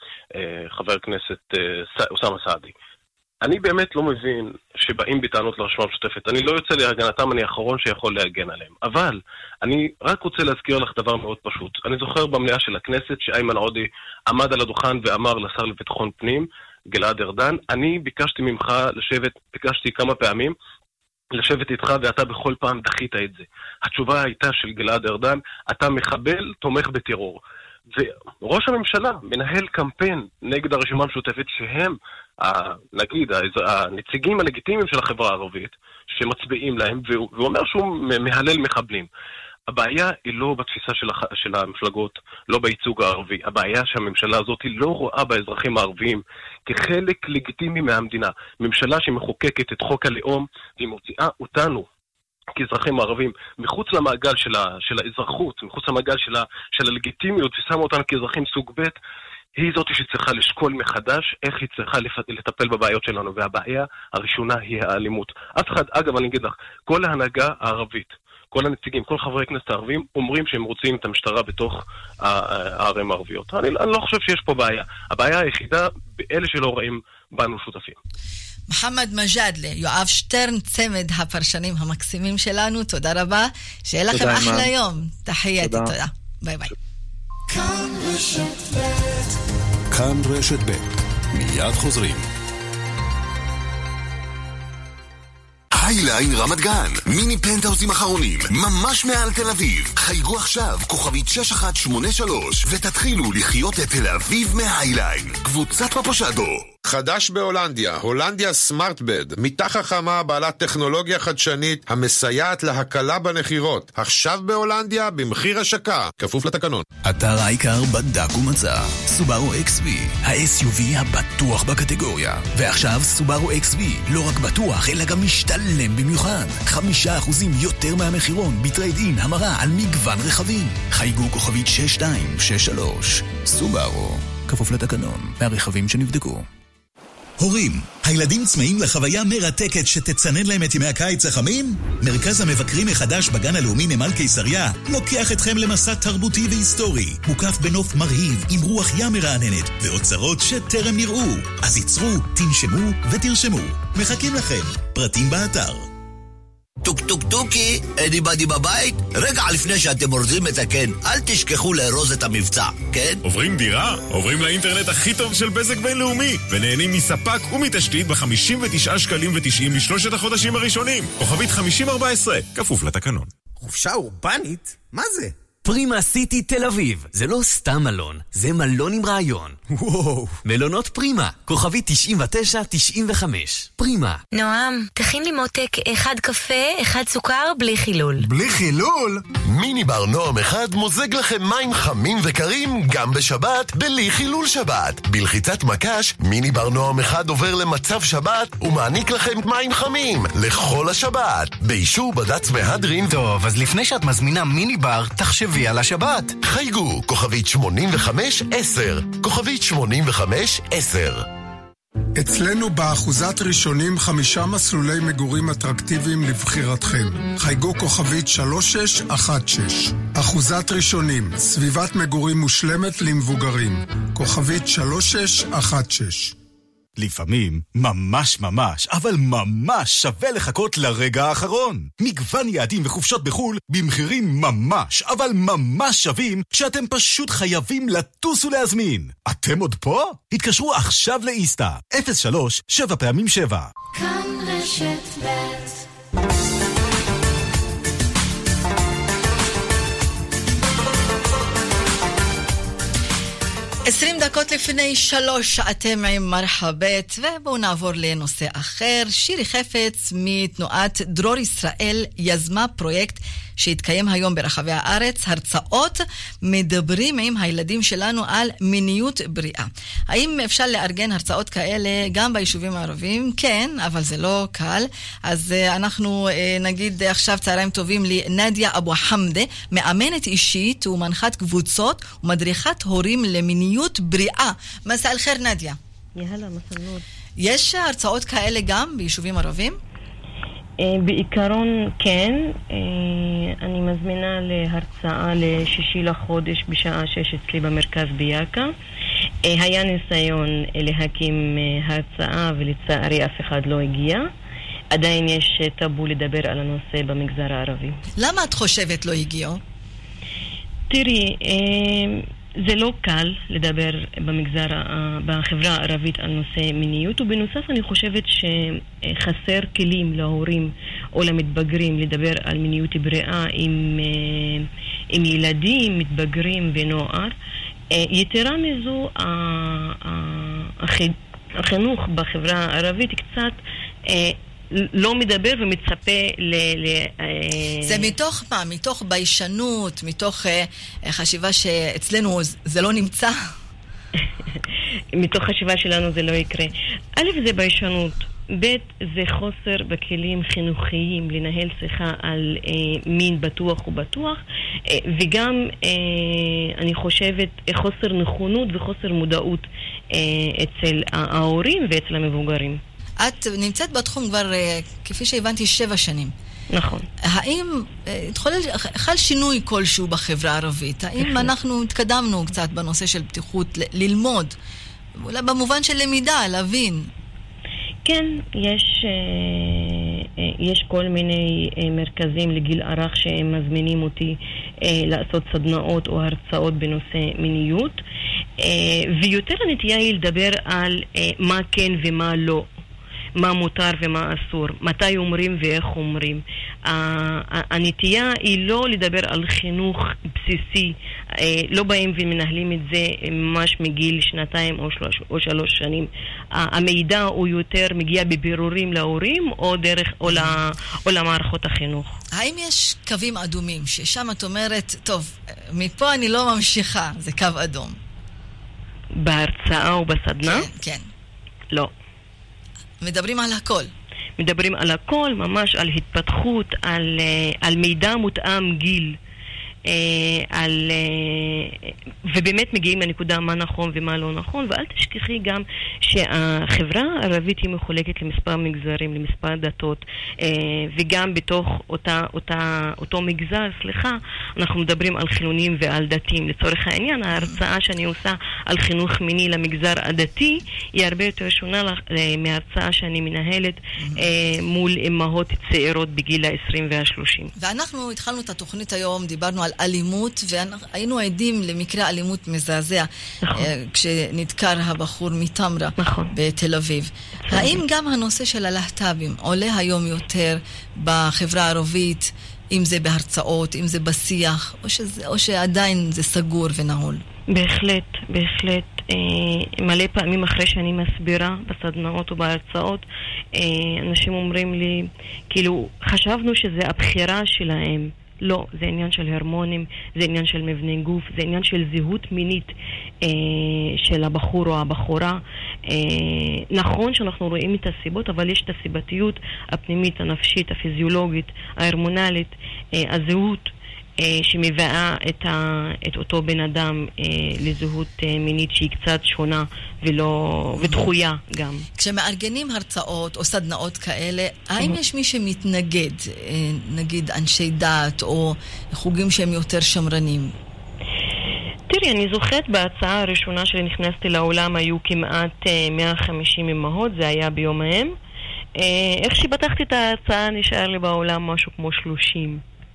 J: חבר הכנסת אוסאמה סעדי. אני באמת לא מבין שבאים בטענות לרשימה המשותפת. אני לא יוצא להגנתם, אני האחרון שיכול להגן עליהם. אבל אני רק רוצה להזכיר לך דבר מאוד פשוט. אני זוכר במליאה של הכנסת שאיימן עודי עמד על הדוכן ואמר לשר לביטחון פנים, גלעד ארדן, אני ביקשתי ממך לשבת, ביקשתי כמה פעמים לשבת איתך ואתה בכל פעם דחית את זה. התשובה הייתה של גלעד ארדן, אתה מחבל, תומך בטרור. וראש הממשלה מנהל קמפיין נגד הרשימה המשותפת שהם, נגיד, הנציגים הלגיטימיים של החברה הערבית שמצביעים להם, והוא אומר שהוא מהלל מחבלים. הבעיה היא לא בתפיסה של המפלגות, לא בייצוג הערבי. הבעיה שהממשלה הזאת לא רואה באזרחים הערביים כחלק לגיטימי מהמדינה. ממשלה שמחוקקת את חוק הלאום, והיא מוציאה אותנו כאזרחים הערבים מחוץ למעגל של האזרחות, מחוץ למעגל של הלגיטימיות, ושמה אותנו כאזרחים סוג ב', היא זאת שצריכה לשקול מחדש איך היא צריכה לטפל בבעיות שלנו. והבעיה הראשונה היא האלימות. אף אחד, אגב, אני אגיד לך, כל ההנהגה הערבית, כל הנציגים, כל חברי הכנסת הערבים אומרים שהם רוצים את המשטרה בתוך הערים הערביות. אני לא חושב שיש פה בעיה. הבעיה היחידה באלה שלא רואים בנו שותפים.
G: מוחמד מג'אדלה, יואב שטרן, צמד הפרשנים המקסימים שלנו, תודה רבה. שיהיה לכם אחלה יום. תחייתי, תודה. ביי ביי.
F: כאן רשת ב' מיד חוזרים.
K: הייליין רמת גן, מיני פנטהאוסים אחרונים, ממש מעל תל אביב. חייגו עכשיו, כוכבית 6183, ותתחילו לחיות את תל אביב מהייליין. קבוצת פפושדו.
L: חדש בהולנדיה, הולנדיה סמארטבד, מיטה חכמה בעלת טכנולוגיה חדשנית המסייעת להקלה בנחירות. עכשיו בהולנדיה במחיר השקה, כפוף לתקנון.
M: אתר העיקר בדק ומצא, סובארו XV, ה-SUV הבטוח בקטגוריה. ועכשיו סובארו XV, לא רק בטוח אלא גם משתלם במיוחד. 5% יותר מהמחירון בטרייד אין המרה על מגוון רכבים. חייגו כוכבית 6263, סובארו, כפוף לתקנון, מהרכבים שנבדקו.
N: הורים, הילדים צמאים לחוויה מרתקת שתצנן להם את ימי הקיץ החמים? מרכז המבקרים מחדש בגן הלאומי נמל קיסריה לוקח אתכם למסע תרבותי והיסטורי, מוקף בנוף מרהיב עם רוח ים מרעננת ואוצרות שטרם נראו. אז ייצרו, תנשמו ותרשמו. מחכים לכם. פרטים באתר.
O: טוק טוק טוקי, אניבדי בבית? רגע לפני שאתם אורזים את הקן, אל תשכחו לארוז את המבצע, כן?
P: עוברים דירה? עוברים לאינטרנט הכי טוב של בזק בינלאומי, ונהנים מספק ומתשתית ב-59 שקלים ו90 לשלושת החודשים הראשונים. כוכבית 5014, כפוף לתקנון.
Q: חופשה אורבנית? מה זה?
R: פרימה סיטי תל אביב. זה לא סתם מלון, זה מלון עם רעיון.
Q: וואו.
R: מלונות פרימה, כוכבי 9995. פרימה.
S: נועם, תכין לי מותק 1 קפה, 1 סוכר, בלי חילול.
Q: בלי חילול?
K: מיני בר נועם אחד מוזג לכם מים חמים וקרים גם בשבת, בלי חילול שבת. בלחיצת מקש, מיני בר נועם אחד עובר למצב שבת ומעניק לכם מים חמים לכל השבת. באישור בד"ץ מהדרין.
Q: טוב, אז לפני שאת מזמינה מיני בר, תחשבי על השבת.
K: חייגו, כוכבית 8510, כוכבית 8510.
T: אצלנו באחוזת ראשונים 5 מסלולי מגורים אטרקטיביים לבחירתכם. חייגו כוכבית 3616. אחוזת ראשונים, סביבת מגורים מושלמת למבוגרים. כוכבית 3616.
N: לפעמים, ממש, אבל ממש שווה לחכות לרגע האחרון. מגוון יעדים וחופשות בחול במחירים ממש, אבל ממש שווים, שאתם פשוט חייבים לטוס ולהזמין. אתם עוד פה? התקשרו עכשיו לאיסטה. 03 7 פעמים 7.
B: כאן רשת ב'
G: 20 דקות לפני 3 אתם עם מרחבת, ובואו נעבור לנושא אחר. שירי חפץ מתנועת דרור ישראל יזמה פרויקט שהתקיים היום ברחבי הארץ, הרצאות מדברים עם הילדים שלנו על מיניות בריאה. האם אפשר לארגן הרצאות כאלה גם ביישובים הערביים? כן, אבל זה לא קל. אז אנחנו נגיד עכשיו צהריים טובים לנדיה אבו חמדה, מאמנת אישית ומנחת קבוצות ומדריכת הורים למיניות בריאה. מסע אל חיר נדיה.
U: יאללה, מסע נור.
G: יש הרצאות כאלה גם ביישובים ערביים?
U: בעיקרון כן. אני מזמינה להרצאה ל6 לחודש בשעה 6 אצלי במרכז ביאקה. היה ניסיון להקים הרצאה ולצערי אף אחד לא הגיע. עדיין יש טאבו לדבר על הנושא במגזר הערבי.
G: למה את חושבת לא הגיעו?
U: תראי, זה לא קל לדבר בחברה הערבית על נושא מיניות, ובנוסף אני חושבת שחסר כלים להורים או למתבגרים לדבר על מיניות בריאה עם ילדים, מתבגרים ונוער. יתרה מזו, החינוך בחברה הערבית קצת לא מדבר ומצפה
G: זה מתוך מה? מתוך ביישנות, מתוך חשיבה שאצלנו זה לא נמצא?
U: מתוך חשיבה שלנו זה לא יקרה. א', זה ביישנות. ב', זה חוסר בכלים חינוכיים לנהל שיחה על מין בטוח ובטוח, וגם אני חושבת חוסר נכונות וחוסר מודעות אצל ההורים ואצל המבוגרים.
G: את נמצאת בתחום כבר, כפי שהבנתי, 7 שנים.
U: נכון.
G: האם חל שינוי כלשהו בחברה הערבית? האם אנחנו התקדמנו קצת בנושא של פתיחות ללמוד? אולי במובן של למידה, להבין.
U: כן, יש כל מיני מרכזים לגיל ערך שהם מזמינים אותי לעשות סדנאות או הרצאות בנושא מיניות, ויותר הנטייה היא לדבר על מה כן ומה לא. מה מותר ומה אסור, מתי אומרים ואיך אומרים. הנטייה היא לא לדבר על חינוך בסיסי, לא באים ומנהלים את זה ממש מגיל 2 או 3 שנים. המידע הוא יותר מגיע בבירורים להורים או למערכות החינוך.
G: האם יש קווים אדומים ששם את אומרת, טוב, מפה אני לא ממשיכה, זה קו אדום?
U: בהרצאה או בסדנה?
G: כן, כן.
U: לא.
G: מדברים על הכל.
U: מדברים על הכל, ממש על התפתחות, על מידע מותאם גיל, ובאמת מגיעים לנקודה מה נכון ומה לא נכון. ואל תשכחי גם שהחברה הערבית היא מחולקת למספר מגזרים, למספר דתות, וגם בתוך אותו מגזר, אנחנו מדברים על חילונים ועל דתיים. לצורך העניין, ההרצאה שאני עושה על חינוך מיני למגזר הדתי היא הרבה יותר שונה מההרצאה שאני מנהלת מול אמהות צעירות בגיל ה-20 וה-30.
G: ואנחנו התחלנו את התוכנית היום, דיברנו על אלימות, והיינו עדים למקרה אלימות מזעזע, כשנדקר הבחור מתמרה בתל אביב. האם גם הנושא של הלהט"בים עולה היום יותר בחברה הערבית, אם זה בהרצאות, אם זה בשיח, או שעדיין זה סגור ונעול?
U: בהחלט, בהחלט. מלא פעמים אחרי שאני מסבירה בסדנאות ובהרצאות, אנשים אומרים לי, כאילו, חשבנו שזה הבחירה שלהם. לא, זה עניין של הרמונים, זה עניין של מבנה גוף, זה עניין של זהות מינית של הבחור או הבחורה. נכון שאנחנו רואים את הסיבות, אבל יש את הסיבתיות הפנימית, הנפשית, הפיזיולוגית, ההרמונלית, הזהות שמביאה את אותו בן אדם לזהות מינית שהיא קצת שונה ודחויה גם.
G: כשמארגנים הרצאות או סדנאות כאלה, האם יש מי שמתנגד, נגיד אנשי דת או חוגים שהם יותר שמרנים?
U: תראי, אני זוכרת בהצעה הראשונה שלי נכנסתי לעולם היו כמעט 150 אמהות, זה היה ביום האם. איך שפתחתי את ההצעה נשאר לי בעולם משהו כמו 30.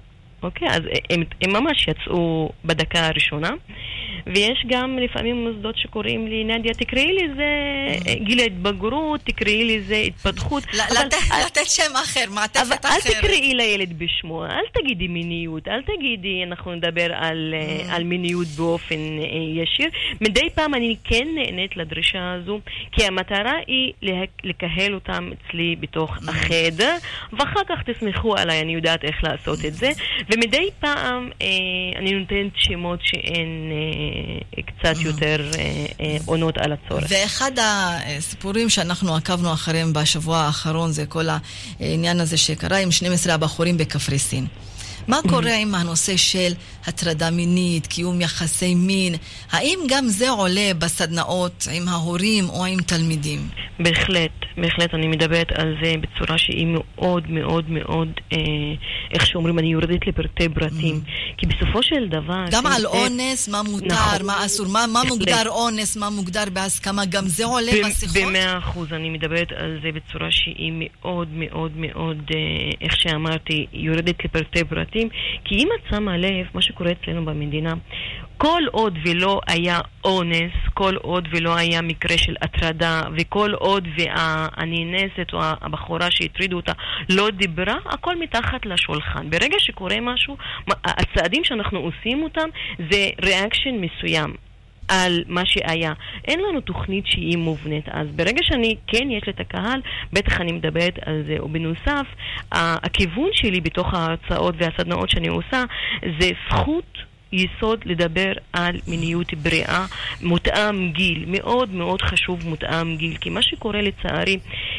U: אוקיי, אז הם ממש יצאו בדקה הראשונה. ויש גם לפעמים מוסדות שקוראים לי, נדיה, תקראי לי זה גיל ההתבגרות, תקראי לי זה התפתחות.
G: לתת שם אחר, מעטפת אחרת.
U: אל תקראי לילד בשמו, אל תגידי מיניות, אל תגידי, אנחנו נדבר על מיניות באופן ישיר. מדי פעם אני כן נהנית לדרישה הזו, כי המטרה היא לקהל אותם אצלי בתוך החדר, ואחר כך תסמכו עליי, אני יודעת איך לעשות את זה. ומדי פעם אני נותנת שמות שאין קצת יותר עונות על הצורך.
G: ואחד הסיפורים שאנחנו עקבנו אחריהם בשבוע האחרון זה כל העניין הזה שקרה עם 12 הבחורים בקפריסין. מה קורה עם הנושא של הטרדה מינית, קיום יחסי מין? האם גם זה עולה בסדנאות עם ההורים או עם תלמידים?
U: בהחלט אני מדברת על זה בצורה שהיא מאוד מאוד מאוד, איך שאומרים, אני יורדת לפרטי פרטים. כי בסופו של דבר...
G: גם על אונס, מה מותר, מה אסור, מה מוגדר אונס, מה מוגדר בהסכמה, גם זה עולה בשיחות?
U: ב100%, אני מדברת על זה בצורה שהיא מאוד מאוד מאוד, איך שאמרתי, יורדת לפרטי פרטים. כי אם את שמה לב, מה שקורה אצלנו במדינה, כל עוד ולא היה אונס, כל עוד ולא היה מקרה של הטרדה, וכל עוד והנאנסת או הבחורה שהטרידו אותה לא דיברה, הכל מתחת לשולחן. ברגע שקורה משהו, הצעדים שאנחנו עושים אותם זה ריאקשן מסוים על מה שהיה. אין לנו תוכנית שהיא מובנית. אז ברגע שאני כן יש לי את הקהל, בטח אני מדברת על זה. ובנוסף, הכיוון שלי בתוך ההרצאות והסדנאות שאני עושה זה זכות יסוד לדבר על מיניות בריאה, מותאם גיל. מאוד מאוד חשוב מותאם גיל, כי מה שקורה לצערי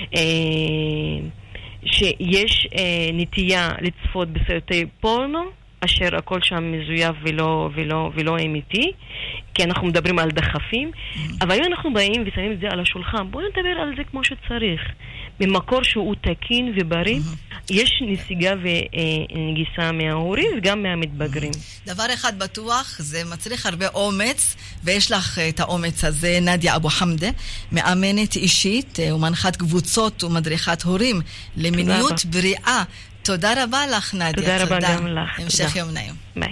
U: שיש נטייה לצפות בסרטי פורנו, אשר הכל שם מזויף ולא אמיתי, כי אנחנו מדברים על דחפים, אבל היום אנחנו באים ושמים את זה על השולחן. בואו נדבר על זה כמו שצריך. במקור שהוא תקין ובריא, יש נסיגה ונגיסה מההורים וגם מהמתבגרים.
G: דבר אחד בטוח, זה מצריך הרבה אומץ, ויש לך את האומץ הזה. נדיה אבו חמדה, מאמנת אישית ומנחת קבוצות ומדריכת הורים למיניות בריאה. תודה רבה לך, נדיה.
U: תודה רבה גם לך.
G: המשך יום נעים.
U: ביי.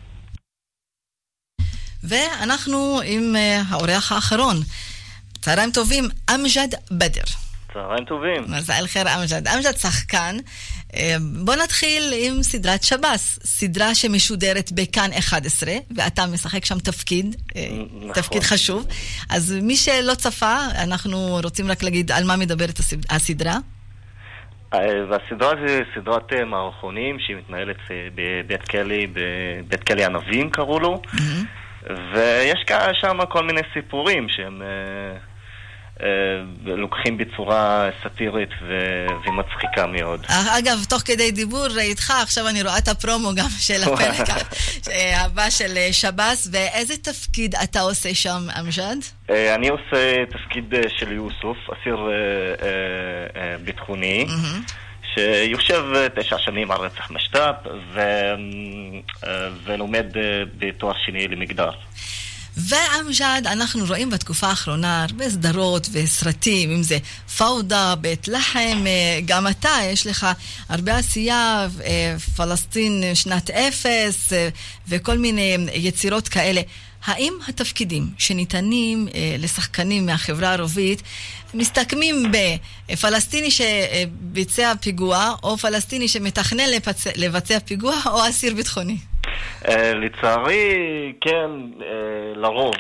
G: ואנחנו עם האורח האחרון. צהריים טובים, אמג'ד בדר.
A: צהריים טובים.
G: מזל חיר אמג'ד. אמג'ד שחקן. בוא נתחיל עם סדרת שבס. סדרה שמשודרת בכאן 11, ואתה משחק שם תפקיד, תפקיד חשוב. אז מי שלא צפה, אנחנו רוצים רק להגיד על מה מדברת הסדרה.
A: והסדרה זה סדרת מערכונים שהיא מתנהלת בבית כלא ענבים קראו לו, ויש שם כל מיני סיפורים שהם לוקחים בצורה סאטירית ומצחיקה מאוד.
G: אגב, תוך כדי דיבור איתך, עכשיו אני רואה את הפרומו גם של הפרק הבא של שבס, ואיזה תפקיד אתה עושה שם, אמג'ד?
A: אני עושה תפקיד של יוסוף, אסיר ביטחוני, שיושב 9 שנים על רצח משת"פ, ולומד בתואר שני למגדר.
G: ואמג'ד, אנחנו רואים בתקופה האחרונה הרבה סדרות וסרטים, אם זה פאודה, בית לחם, גם אתה, יש לך הרבה עשייה, פלסטין שנת 0, וכל מיני יצירות כאלה. האם התפקידים שניתנים לשחקנים מהחברה הערבית מסתכמים בפלסטיני שביצע פיגוע, או פלסטיני שמתכנן לבצע פיגוע, או אסיר ביטחוני?
A: לצערי, כן, לרוב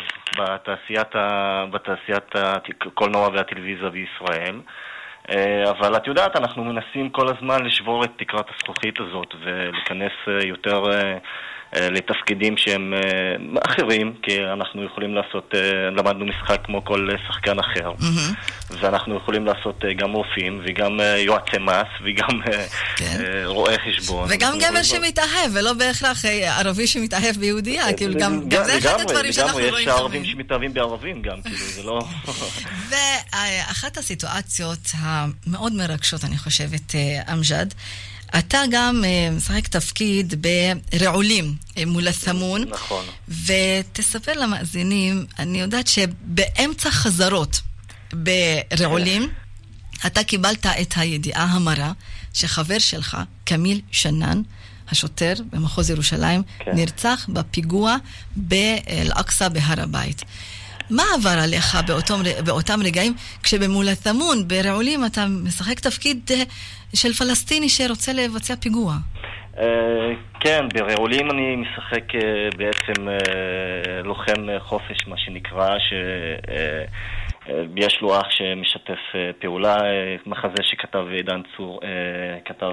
A: בתעשיית הקולנוע והטלוויזיה בישראל, אבל את יודעת, אנחנו מנסים כל הזמן לשבור את תקרת הזכוכית הזאת ולהיכנס יותר לתפקידים שהם אחרים, כי אנחנו יכולים לעשות, למדנו משחק כמו כל שחקן אחר, ואנחנו יכולים לעשות גם רופאים וגם יועצי מס וגם רואי חשבון
G: וגם גבר שמתאהב, ולא בהכרח ערבי שמתאהב ביהודייה, כאילו גם זה אחד הדברים שאנחנו רואים.
A: יש ערבים שמתאהבים בערבים גם, כאילו זה לא...
G: ואחת הסיטואציות המאוד מרגשות, אני חושבת, אמג'ד, אתה גם משחק תפקיד ברעולים מול הסמון.
A: נכון.
G: ותספר למאזינים, אני יודעת שבאמצע חזרות ברעולים, אתה קיבלת את הידיעה המרה שחבר שלך, קמיל שנן, השוטר במחוז ירושלים, נרצח בפיגוע באל-אקצא בהר הבית. מה עבר עליך באותם רגעים, כשבמול התמון, ברעולים, אתה משחק תפקיד של פלסטיני שרוצה לבצע פיגוע?
A: כן, ברעולים אני משחק בעצם לוחם חופש, מה שנקרא, יש לו אח שמשתף פעולה, מחזה שכתב עידן צור, כתב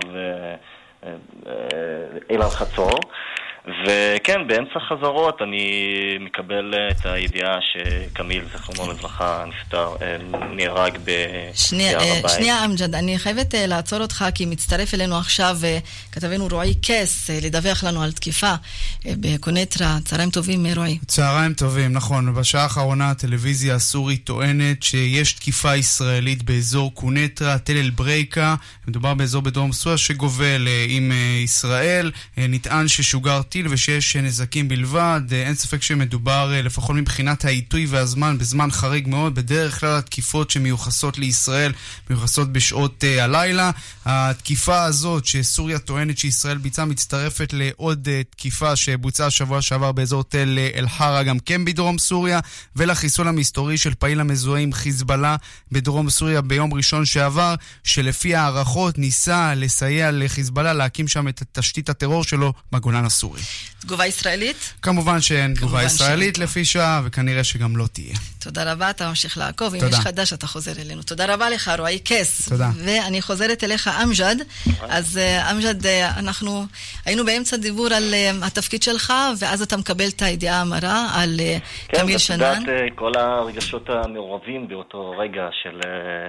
A: אילן חצור, וכן, באמצע חזרות אני מקבל את הידיעה שקמיל, זכרונו לברכה, נהרג בהר הבית.
G: שנייה אמג'ד, אני חייבת לעצור אותך, כי מצטרף אלינו עכשיו כתבנו רועי קס לדווח לנו על תקיפה בקונטרה. צהריים טובים, רועי.
D: צהריים טובים, נכון. בשעה האחרונה הטלוויזיה הסורית טוענת שיש תקיפה ישראלית באזור קונטרה, תל אל בריקה, מדובר באזור בדרום סוריה שגובל עם ישראל. נטען ששוגר טיל ושיש נזקים בלבד. אין ספק שמדובר, לפחות מבחינת העיתוי והזמן, בזמן חריג מאוד. בדרך כלל התקיפות שמיוחסות לישראל מיוחסות בשעות הלילה. התקיפה הזאת שסוריה טוענת שישראל ביצעה מצטרפת לעוד תקיפה שבוצעה שבוע שעבר באזור תל אל-חרה, גם כן בדרום סוריה, ולחיסול המסתורי של פעיל המזוהה עם חיזבאללה בדרום סוריה ביום ראשון שעבר, שלפי הערכות ניסה לסייע לחיזבאללה להקים שם את תשתית הטרור שלו בגולן הסורי.
G: תגובה ישראלית?
D: כמובן שאין תגובה ישראלית לפי שעה, וכנראה שגם לא תהיה.
G: תודה רבה, אתה ממשיך לעקוב. אם יש חדש, אתה חוזר אלינו. תודה רבה לך, רועי קס.
D: תודה.
G: ואני חוזרת אליך, אמג'ד. אז אמג'ד, אנחנו היינו באמצע דיבור על התפקיד שלך, ואז אתה מקבל את הידיעה המרה על קמיל שנן.
A: כן, את יודעת, כל הרגשות המעורבים באותו רגע של...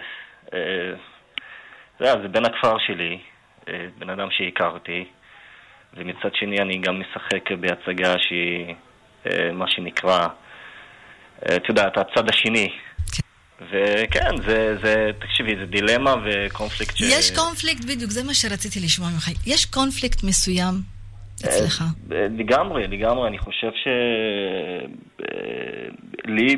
A: זה בן הכפר שלי, בן אדם שהכרתי, ומצד שני אני גם משחק בהצגה שהיא מה שנקרא, את יודעת, הצד השני. וכן, תקשיבי, זה דילמה וקונפליקט
G: יש קונפליקט, בדיוק, זה מה שרציתי לשמוע ממך. יש קונפליקט מסוים אצלך?
A: לגמרי, אני חושב לי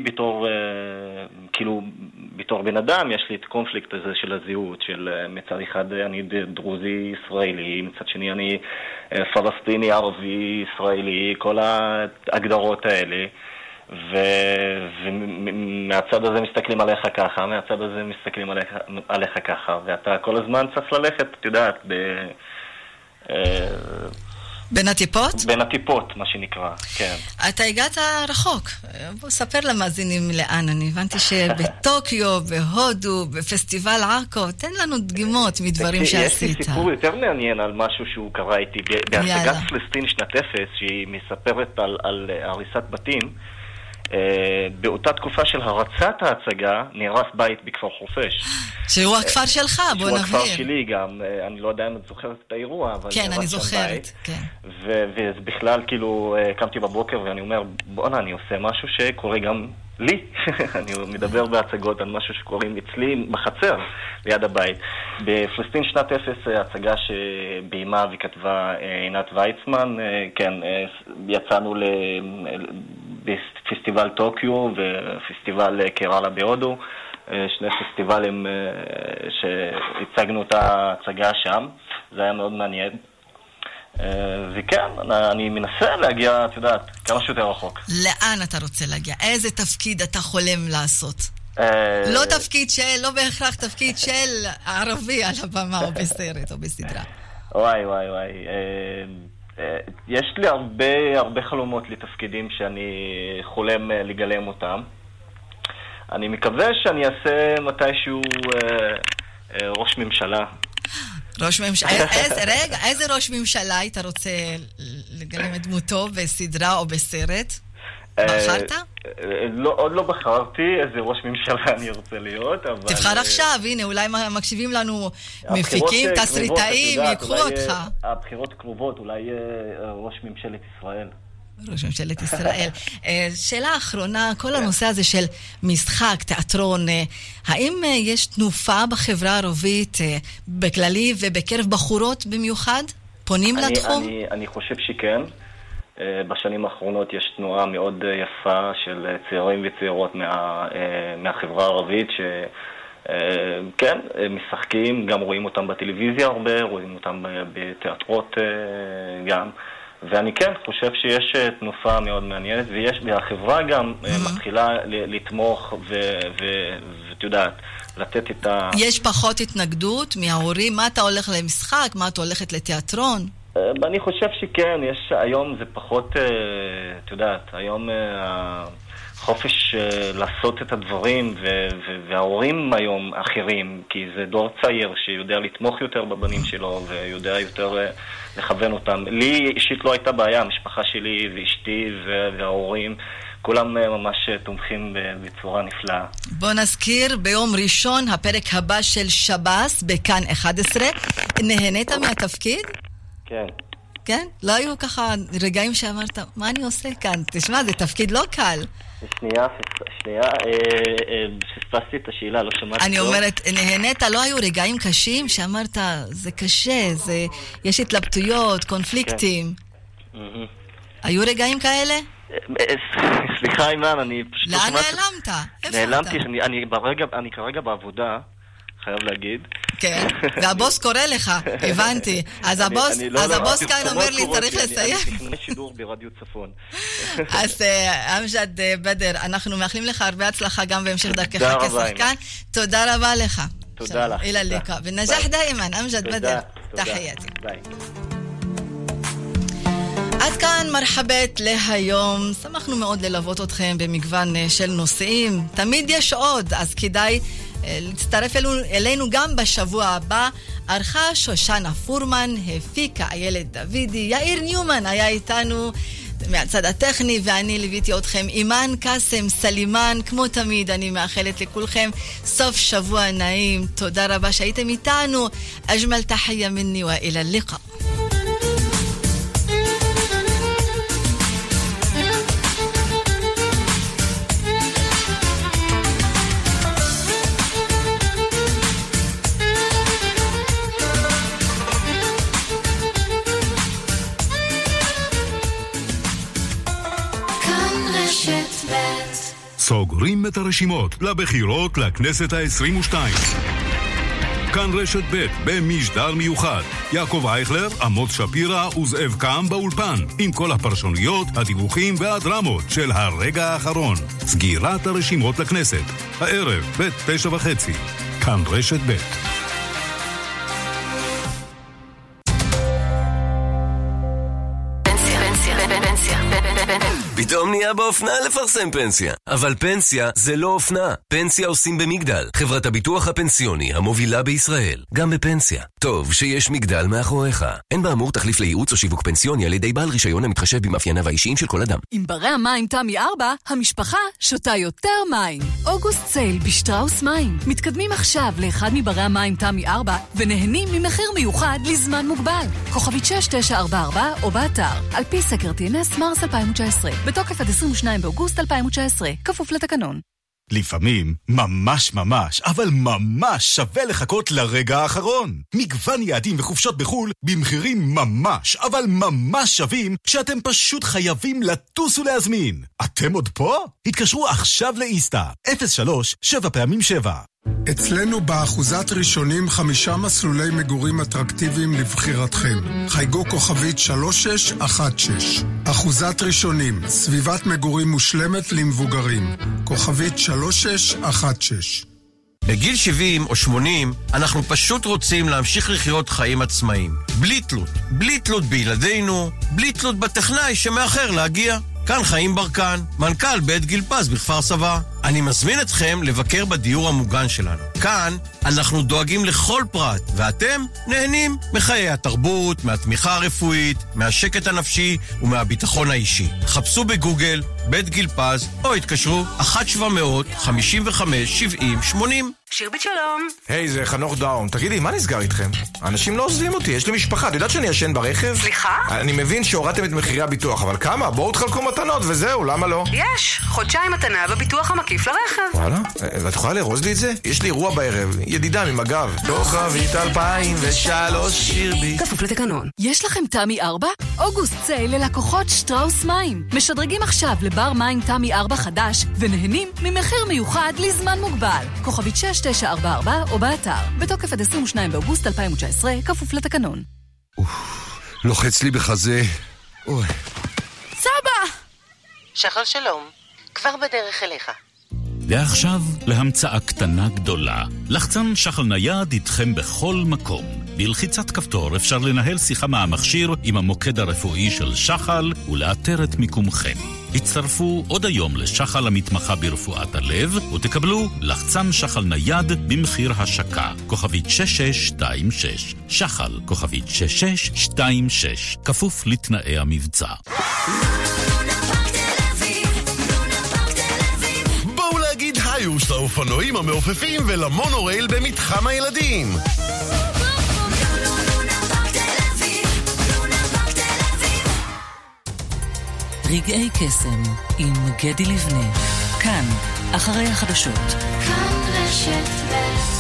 A: בתור בן אדם יש לי את הקונפליקט הזה של הזהות, של מצד אחד אני דרוזי ישראלי, מצד שני אני פלסטיני, ערבי, ישראלי, כל ההגדרות האלה, ומהצד הזה מסתכלים עליך ככה, מהצד הזה מסתכלים עליך ככה, ואתה כל הזמן צריך ללכת, את יודעת,
G: בין הטיפות?
A: בין הטיפות, מה שנקרא, כן.
G: אתה הגעת רחוק. בוא ספר למאזינים לאן. אני הבנתי שבטוקיו, בהודו, בפסטיבל עכו, תן לנו דגימות מדברים שעשית.
A: יש לי סיפור יותר מעניין על משהו שהוא קרה איתי. בהצגת פלסטין שנת אפס, שהיא מספרת על הריסת בתים, באותה תקופה של הרצת ההצגה נהרס בית בכפר חורפיש.
G: שהוא הכפר שלך, בוא נבהיר.
A: שהוא הכפר שלי גם, אני לא יודע אם את זוכרת את האירוע, אבל
G: כן, אני זוכרת, כן.
A: ובכלל כאילו קמתי בבוקר ואני אומר, בוא'נה, אני עושה משהו שקורה גם לי. אני מדבר בהצגות על משהו שקוראים אצלי בחצר, ליד הבית. בפלסטין שנת אפס, הצגה שביימה וכתבה עינת ויצמן, כן, יצאנו בפסטיבל טוקיו ופסטיבל קראלה בהודו, שני פסטיבלים שהצגנו את ההצגה שם, זה היה מאוד מעניין. וכן, אני מנסה להגיע, את יודעת, כמה שיותר רחוק.
G: לאן אתה רוצה להגיע? איזה תפקיד אתה חולם לעשות? לא תפקיד של, לא בהכרח תפקיד של ערבי על הבמה או בסרט או בסדרה.
A: וואי. יש לי הרבה חלומות לתפקידים שאני חולם לגלם אותם. אני מקווה שאני אעשה מתישהו ראש ממשלה.
G: ראש ממשלה, רגע, איזה ראש ממשלה היית רוצה לגלם את דמותו בסדרה או בסרט? בחרת?
A: עוד לא בחרתי איזה ראש ממשלה אני רוצה להיות, אבל...
G: תבחר עכשיו, הנה, אולי מקשיבים לנו מפיקים, תסריטאים, ייקחו אותך.
A: הבחירות קרובות, אולי ראש ממשלת ישראל.
G: ראש ממשלת ישראל. שאלה אחרונה, כל הנושא הזה של משחק, תיאטרון, האם יש תנופה בחברה הערבית בכללי ובקרב בחורות במיוחד? פונים לתחום?
A: אני חושב שכן. בשנים האחרונות יש תנועה מאוד יפה של צעירים וצעירות מהחברה הערבית כן, משחקים, גם רואים אותם בטלוויזיה הרבה, רואים אותם בתיאטרות גם. ואני כן חושב שיש תנופה מאוד מעניינת, והחברה גם מתחילה לתמוך ואת יודעת, לתת את ה...
G: יש פחות התנגדות מההורים? מה אתה הולך למשחק? מה אתה הולכת לתיאטרון?
A: אני חושב שכן, היום זה פחות, את יודעת, היום החופש לעשות את הדברים, וההורים היום אחרים, כי זה דור צעיר שיודע לתמוך יותר בבנים שלו, ויודע יותר לכוון אותם. לי אישית לא הייתה בעיה, המשפחה שלי ואשתי וההורים, כולם ממש תומכים בצורה נפלאה.
G: בוא נזכיר, ביום ראשון, הפרק הבא של שב"ס, בכאן 11. נהנית מהתפקיד?
A: כן.
G: כן? לא היו ככה רגעים שאמרת, מה אני עושה כאן? תשמע, זה תפקיד לא קל.
A: שנייה, פספסתי את השאלה, לא שמעתי.
G: אני אומרת, נהנית, לא היו רגעים קשים שאמרת, זה קשה, יש התלבטויות, קונפליקטים. היו רגעים כאלה?
A: סליחה אימן, אני פשוט...
G: לאן נעלמת?
A: נעלמתי, אני כרגע בעבודה, חייב להגיד.
G: כן, והבוס קורא לך, הבנתי. אז הבוס כאן אומר לי, צריך לסיים.
A: אני תכנני שידור ברדיו צפון.
G: אז אמג'ד בדר, אנחנו מאחלים לך הרבה הצלחה גם בהמשך דרכך כשחקן. תודה רבה לך.
A: תודה לך.
G: إلى اللقاء بالنجاح دائما أمجد بدر تحياتي. עד כאן מרחבת להיום. שמחנו מאוד ללוות אתכם במגוון של נושאים. תמיד יש עוד, אז כדאי להצטרף אלינו גם בשבוע הבא. ערכה שושנה פורמן, הפיקה איילת דוידי, יאיר ניומן היה איתנו מהצד הטכני, ואני ליוויתי אתכם אימן קסם סלימן. כמו תמיד אני מאחלת לכולכם סוף שבוע נעים. תודה רבה שהייתם איתנו. אג'מל תחיה מני ואילה לקה.
F: סוגרים את הרשימות לבחירות לכנסת ה-22. כאן רשת ב' במשדר מיוחד. יעקב אייכלר, עמוס שפירא וזאב קם באולפן, עם כל הפרשנויות, הדיווחים והדרמות של הרגע האחרון. סגירת הרשימות לכנסת. הערב, ב-9:30. כאן רשת ב'.
R: פתאום נהיה באופנה לפרסם פנסיה. אבל פנסיה זה לא אופנה. פנסיה עושים במגדל, חברת הביטוח הפנסיוני המובילה בישראל. גם בפנסיה. טוב שיש מגדל מאחוריך. אין באמור תחליף לייעוץ או שיווק פנסיוני על ידי בעל רישיון המתחשב במאפייניו האישיים של כל אדם.
E: עם ברי המים תמי 4, המשפחה שותה יותר מים. אוגוסט סייל בשטראוס מים. מתקדמים עכשיו לאחד מברי המים תמי 4 ונהנים ממחיר מיוחד לזמן מוגבל. כוכבית 6944 או באתר. על פי סקר TNS מרס 2019. בתוקף עד 22 באוגוסט 2019. כפוף לתקנון.
V: לפעמים, ממש, אבל ממש שווה לחכות לרגע האחרון. מגוון יעדים וחופשות בחול במחירים ממש, אבל ממש שווים, שאתם פשוט חייבים לטוס ולהזמין. אתם עוד פה? התקשרו עכשיו לאיסטה. 03-7x7.
T: אצלנו באחוזת ראשונים 5 מסלולי מגורים אטרקטיביים לבחירתכם. חייגו כוכבית 3616. אחוזת ראשונים, סביבת מגורים מושלמת למבוגרים. כוכבית 3616.
W: בגיל 70 או 80 אנחנו פשוט רוצים להמשיך לחיות חיים עצמאיים. בלי תלות בילדינו, בלי תלות בטכנאי שמאחר להגיע. כאן חיים ברקן, מנכ"ל בית גיל פז בכפר סבא. אני מזמין אתכם לבקר בדיור המוגן שלנו. כאן אנחנו דואגים לכל פרט, ואתם נהנים מחיי התרבות, מהתמיכה הרפואית, מהשקט הנפשי ומהביטחון האישי. חפשו בגוגל בית גיל פז, או התקשרו 1-700-55-70-80.
E: שירבית שלום.
X: היי, זה חנוך דאון. תגידי, מה נסגר איתכם? אנשים לא עוזבים אותי, יש לי משפחה. את יודעת שאני ישן ברכב?
E: סליחה?
X: אני מבין שהורדתם את מחירי הביטוח, אבל כמה? בואו תחלקו מתנות וזהו, למה לא?
E: יש, חודשיים מתנה בביטוח המקיף.
C: עקיף לרכב.
X: וואלה? ואת יכולה לרוז לי את זה? יש לי אירוע בערב, ידידה ממג"ב. כוכבית 2003 שירבי.
C: כפוף לתקנון.
E: יש לכם תמי 4? אוגוסט סייל ללקוחות שטראוס מים. משדרגים עכשיו לבר מים תמי 4 חדש ונהנים ממחיר מיוחד לזמן מוגבל. כוכבית 6944 או באתר. בתוקף עד 22 באוגוסט 2019, כפוף לתקנון.
H: לוחץ לי בחזה. אוי.
C: סבא! שחר שלום, כבר בדרך אליך.
I: ועכשיו להמצאה קטנה גדולה. לחצן שחל נייד איתכם בכל מקום. בלחיצת כפתור אפשר לנהל שיחה מהמכשיר עם המוקד הרפואי של שחל ולאתר את מיקומכם. הצטרפו עוד היום לשחל המתמחה ברפואת הלב ותקבלו לחצן שחל נייד במחיר השקה. כוכבית 6626. שחל, כוכבית 6626. כפוף לתנאי המבצע.
K: היוש לאופנועים המעופפים ולמונורייל במתחם הילדים.
J: רגעי קסם עם גדי לבנה. כאן, אחרי החדשות.
B: כאן רשת ב'